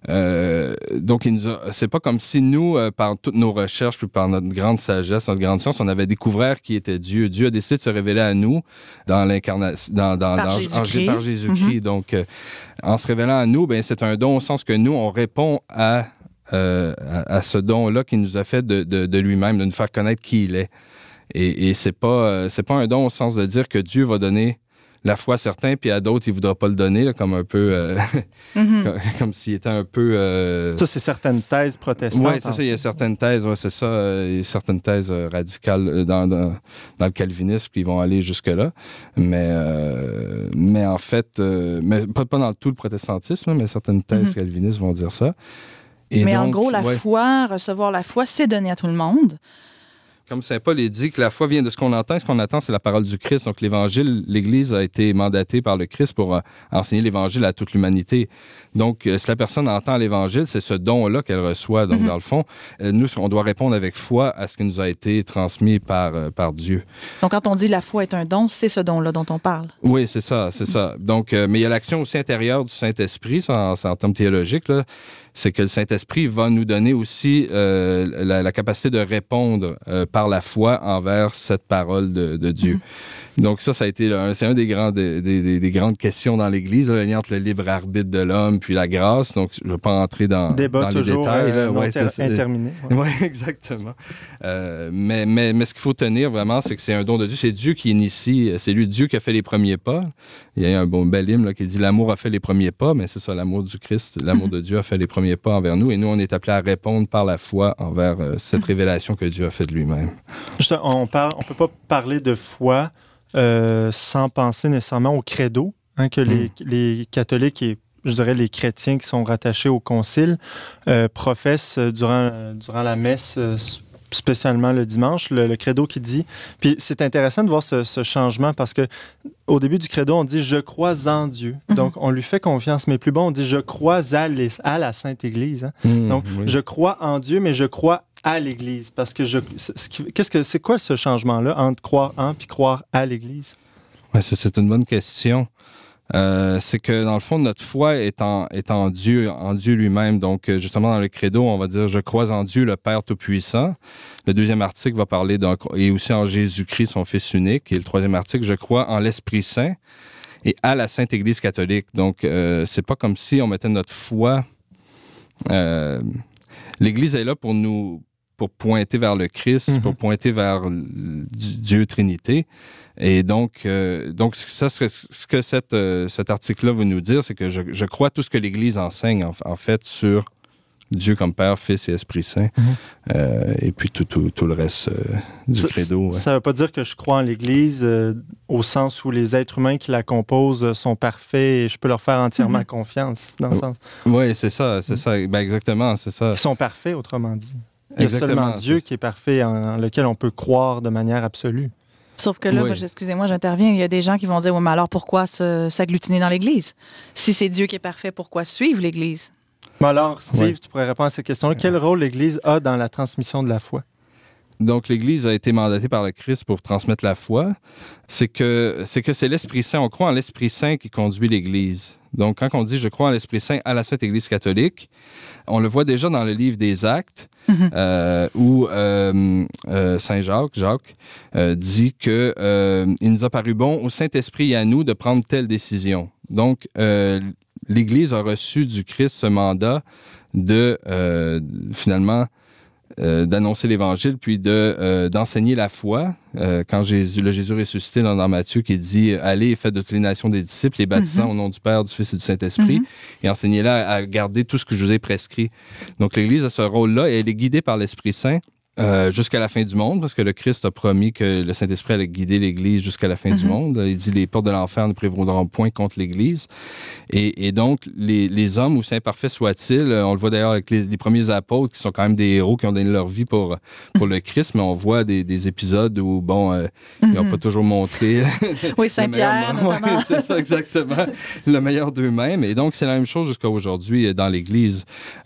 euh, donc il nous a, c'est pas comme si nous, euh, par toutes nos recherches, puis par notre grande sagesse, notre grande science, on avait découvert qui était Dieu. Dieu a décidé de se révéler à nous dans l'incarnation, dans, dans, Par dans, Jésus-Christ. En, par Jésus-Christ. Mm-hmm. Donc, euh, en se révélant à nous, ben, c'est un don au sens que nous, on répond à, euh, à, à ce don-là qu'il nous a fait de, de, de lui-même, de nous faire connaître qui il est. Et, et c'est pas, euh, c'est pas un don au sens de dire que Dieu va donner la foi à certains, puis à d'autres, il ne voudra pas le donner, là, comme un peu... Euh, mm-hmm. comme, comme s'il était un peu... Euh... Ça, c'est certaines thèses protestantes. Oui, c'est ça, il y a certaines thèses, ouais, c'est ça, euh, il y a certaines thèses euh, radicales dans, dans, dans le calvinisme qui vont aller jusque-là, mais, euh, mais en fait, euh, mais pas, pas dans tout le protestantisme, mais certaines thèses mm-hmm. calvinistes vont dire ça. Et mais donc, en gros, la ouais. foi, recevoir la foi, c'est donné à tout le monde. Comme Saint Paul est dit que la foi vient de ce qu'on entend, ce qu'on attend, c'est la parole du Christ. Donc l'Évangile, l'Église a été mandatée par le Christ pour euh, enseigner l'Évangile à toute l'humanité. Donc, euh, si la personne entend l'Évangile, c'est ce don-là qu'elle reçoit. Donc, mm-hmm. dans le fond, euh, nous, on doit répondre avec foi à ce qui nous a été transmis par, euh, par Dieu. Donc, quand on dit la foi est un don, c'est ce don-là dont on parle. Oui, c'est ça, c'est ça. Donc, euh, mais il y a l'action aussi intérieure du Saint-Esprit, ça, en, en termes théologiques, là. C'est que le Saint-Esprit va nous donner aussi euh, la, la capacité de répondre euh, par la foi envers cette parole de, de Dieu. Mm-hmm. Donc ça, ça a été un, c'est un des, grands, des, des, des grandes questions dans l'Église, le lien entre le libre arbitre de l'homme puis la grâce. Donc je ne vais pas entrer dans, Débat dans les toujours, détails. Euh, ouais, c'est, c'est interminé. Oui, ouais, exactement. Euh, mais, mais, mais ce qu'il faut tenir vraiment, c'est que c'est un don de Dieu. C'est Dieu qui initie. C'est lui, Dieu, qui a fait les premiers pas. Il y a un bon bel hymne là, qui dit « L'amour a fait les premiers pas », mais c'est ça, l'amour du Christ, l'amour mm-hmm. de Dieu a fait les premiers pas envers nous, et nous, on est appelés à répondre par la foi envers euh, cette révélation que Dieu a faite de lui-même. Juste, on parle, on peut pas parler de foi euh, sans penser nécessairement au credo, hein, que les, mm. les catholiques et, je dirais, les chrétiens qui sont rattachés au concile euh, professent durant, durant la messe, euh, spécialement le dimanche, le, le credo qui dit... Puis c'est intéressant de voir ce, ce changement parce que au début du credo, on dit « je crois en Dieu mm-hmm. ». Donc, on lui fait confiance, mais plus bon, on dit « je crois à, les, à la Sainte Église hein? ». Mm, Donc, oui. je crois en Dieu, mais je crois à l'Église. Parce que je... Qu'est-ce que, c'est quoi ce changement-là entre croire en puis croire à l'Église? Oui, ça, c'est une bonne question. Euh, c'est que, dans le fond, notre foi est en, est en Dieu, en Dieu lui-même. Donc, justement, dans le credo, on va dire « Je crois en Dieu, le Père Tout-Puissant ». Le deuxième article va parler d'un, et aussi en Jésus-Christ, son Fils unique. Et le troisième article, « Je crois en l'Esprit Saint et à la Sainte Église catholique ». Donc, euh, c'est pas comme si on mettait notre foi... Euh, L'Église est là pour nous... pour pointer vers le Christ, mm-hmm. pour pointer vers Dieu Trinité. Et donc, euh, donc ça, ce que cette, euh, cet article-là veut nous dire, c'est que je, je crois tout ce que l'Église enseigne, en, en fait, sur Dieu comme Père, Fils et Esprit Saint, mm-hmm. euh, et puis tout, tout, tout le reste euh, du ça, credo. Ça ne ouais. veut pas dire que je crois en l'Église euh, au sens où les êtres humains qui la composent sont parfaits et je peux leur faire entièrement mm-hmm. confiance, dans le sens... Oui, c'est ça, c'est mm-hmm. ça, ben exactement, c'est ça. Ils sont parfaits, autrement dit. Il y a Exactement. seulement Dieu qui est parfait, en lequel on peut croire de manière absolue. Sauf que là, oui. moi, excusez-moi, j'interviens, il y a des gens qui vont dire « Oui, mais alors pourquoi se, s'agglutiner dans l'Église? Si c'est Dieu qui est parfait, pourquoi suivre l'Église? » Mais alors, Steve, ouais. tu pourrais répondre à cette question-là. Quel rôle l'Église a dans la transmission de la foi? Donc, l'Église a été mandatée par le Christ pour transmettre la foi. C'est que c'est, que c'est l'Esprit Saint. On croit en l'Esprit Saint qui conduit l'Église. Donc, quand on dit « je crois en l'Esprit Saint à la Sainte Église catholique », on le voit déjà dans le livre des Actes, mm-hmm. euh, où euh, euh, Saint Jacques, Jacques euh, dit qu'il euh, nous a paru bon au Saint-Esprit et à nous de prendre telle décision. Donc, euh, l'Église a reçu du Christ ce mandat de, euh, finalement, euh, d'annoncer l'Évangile, puis de, euh, d'enseigner la foi. Euh, quand Jésus, le Jésus ressuscité dans, dans Matthieu qui dit « Allez et faites de toutes les nations des disciples, les baptisant mm-hmm. au nom du Père, du Fils et du Saint-Esprit, mm-hmm. et enseignez-la à garder tout ce que je vous ai prescrit. » Donc l'Église a ce rôle-là et elle est guidée par l'Esprit Saint. Euh, jusqu'à la fin du monde, parce que le Christ a promis que le Saint-Esprit allait guider l'Église jusqu'à la fin mm-hmm. du monde. Il dit « Les portes de l'enfer ne prévaudront point contre l'Église. » Et, et donc, les, les hommes, aussi imparfaits soient-ils, on le voit d'ailleurs avec les, les premiers apôtres, qui sont quand même des héros qui ont donné leur vie pour, pour le Christ, mais on voit des, des épisodes où, bon, euh, mm-hmm. ils n'ont pas toujours montré... oui, Saint-Pierre, notamment. Oui, c'est ça, exactement. Le meilleur d'eux-mêmes. Et donc, c'est la même chose jusqu'à aujourd'hui dans l'Église.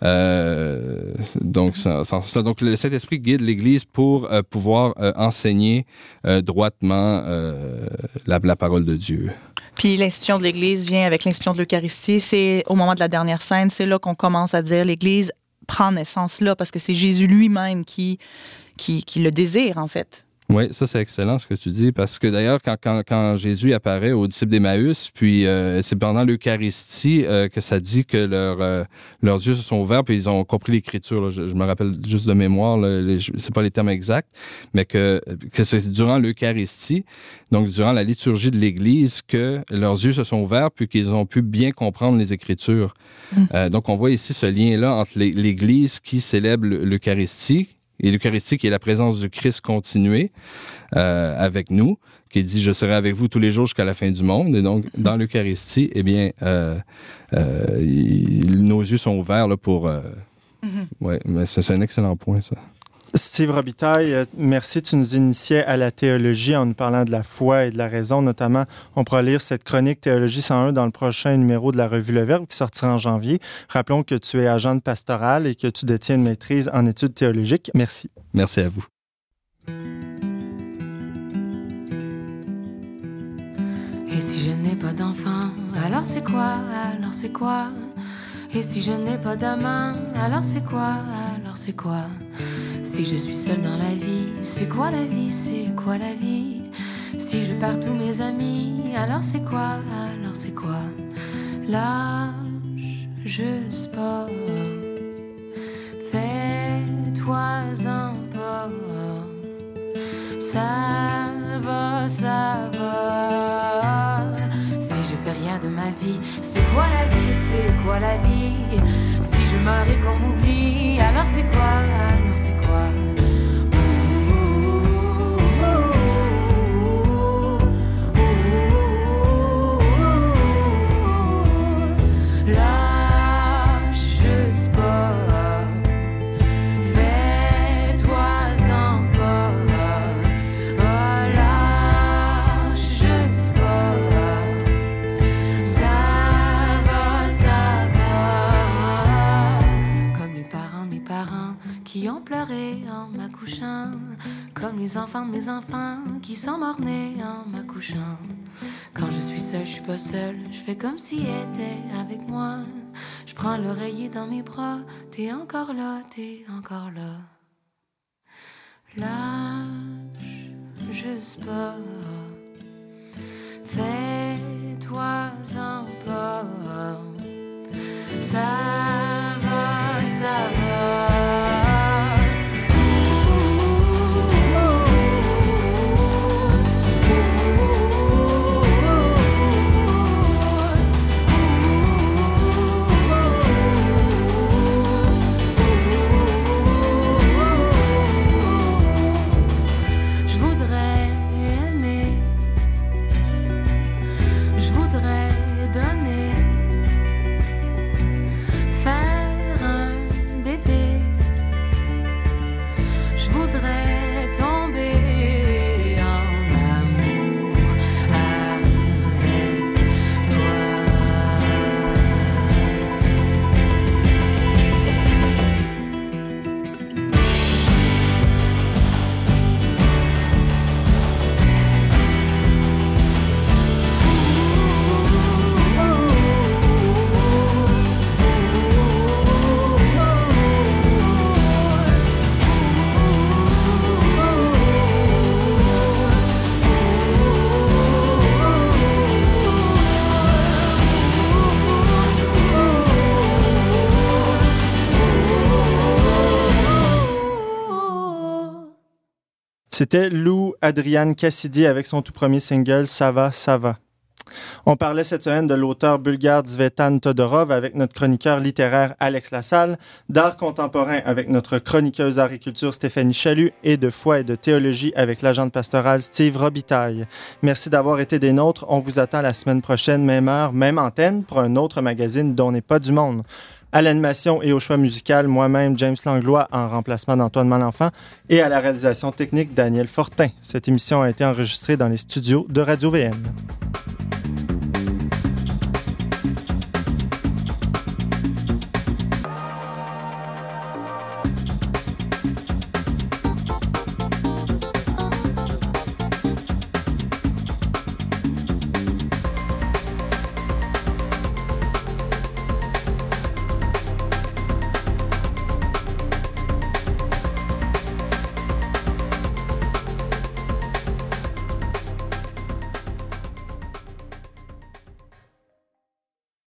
Euh, donc, ça, ça, donc, le Saint-Esprit guide l'Église pour euh, pouvoir euh, enseigner euh, droitement euh, la, la parole de Dieu. Puis l'institution de l'Église vient avec l'institution de l'Eucharistie. C'est au moment de la dernière scène, c'est là qu'on commence à dire l'Église prend naissance là, parce que c'est Jésus lui-même qui, qui, qui le désire, en fait. Oui, ça, c'est excellent ce que tu dis, parce que d'ailleurs, quand, quand, quand Jésus apparaît aux disciples d'Emmaüs, puis euh, c'est pendant l'Eucharistie euh, que ça dit que leur, euh, leurs yeux se sont ouverts, puis ils ont compris l'Écriture. Là. Je, je me rappelle juste de mémoire, là, les, c'est pas les termes exacts, mais que, que c'est durant l'Eucharistie, donc durant la liturgie de l'Église, que leurs yeux se sont ouverts, puis qu'ils ont pu bien comprendre les Écritures. Mmh. Euh, donc, on voit ici ce lien-là entre l'Église qui célèbre l'Eucharistie, et l'Eucharistie qui est la présence du Christ continué euh, avec nous, qui dit « Je serai avec vous tous les jours jusqu'à la fin du monde ». Et donc, dans l'Eucharistie, eh bien, euh, euh, il, nos yeux sont ouverts là, pour... Euh, mm-hmm. Oui, mais c'est, c'est un excellent point, ça. Steve Robitaille, merci. Tu nous initiais à la théologie en nous parlant de la foi et de la raison. Notamment, on pourra lire cette chronique Théologie cent un dans le prochain numéro de la Revue Le Verbe qui sortira en janvier. Rappelons que tu es agent de pastoral et que tu détiens une maîtrise en études théologiques. Merci. Merci à vous. Et si je n'ai pas d'enfant, alors c'est quoi? Alors c'est quoi? Et si je n'ai pas d'amant, alors c'est quoi? Alors c'est quoi? Si je suis seule dans la vie, c'est quoi la vie? C'est quoi la vie? Si je perds tous mes amis, alors c'est quoi? Alors c'est quoi? Lâche juste pas, fais-toi-en pas, ça va, ça va. Si je fais rien de ma vie, c'est quoi la vie? C'est quoi la vie? Si je meurs et qu'on m'oublie, alors c'est quoi? Alors c'est quoi? Lâche juste pas, fais-toi-en pas, oh, lâche juste pas, ça va, ça va. Comme les parents, mes parents qui ont pleuré en m'accouchant, comme les enfants de mes enfants qui sont morts-nés en m'accouchant. Quand je suis seule, je suis pas seule, je fais comme s'il était avec moi. Je prends l'oreiller dans mes bras, t'es encore là, t'es encore là. Lâche juste pas, fais-toi-en pas, ça va, ça va. C'était Lou Adrian Cassidy avec son tout premier single « Ça va, ça va ». On parlait cette semaine de l'auteur bulgare Tzvetan Todorov avec notre chroniqueur littéraire Alex Lassalle, d'art contemporain avec notre chroniqueuse art et culture Stéphanie Chalut et de foi et de théologie avec l'agent pastoral Steve Robitaille. Merci d'avoir été des nôtres. On vous attend la semaine prochaine, même heure, même antenne, pour un autre magazine dont n'est pas du monde. À l'animation et au choix musical, moi-même, James Langlois, en remplacement d'Antoine Malenfant, et à la réalisation technique, Daniel Fortin. Cette émission a été enregistrée dans les studios de Radio-V M.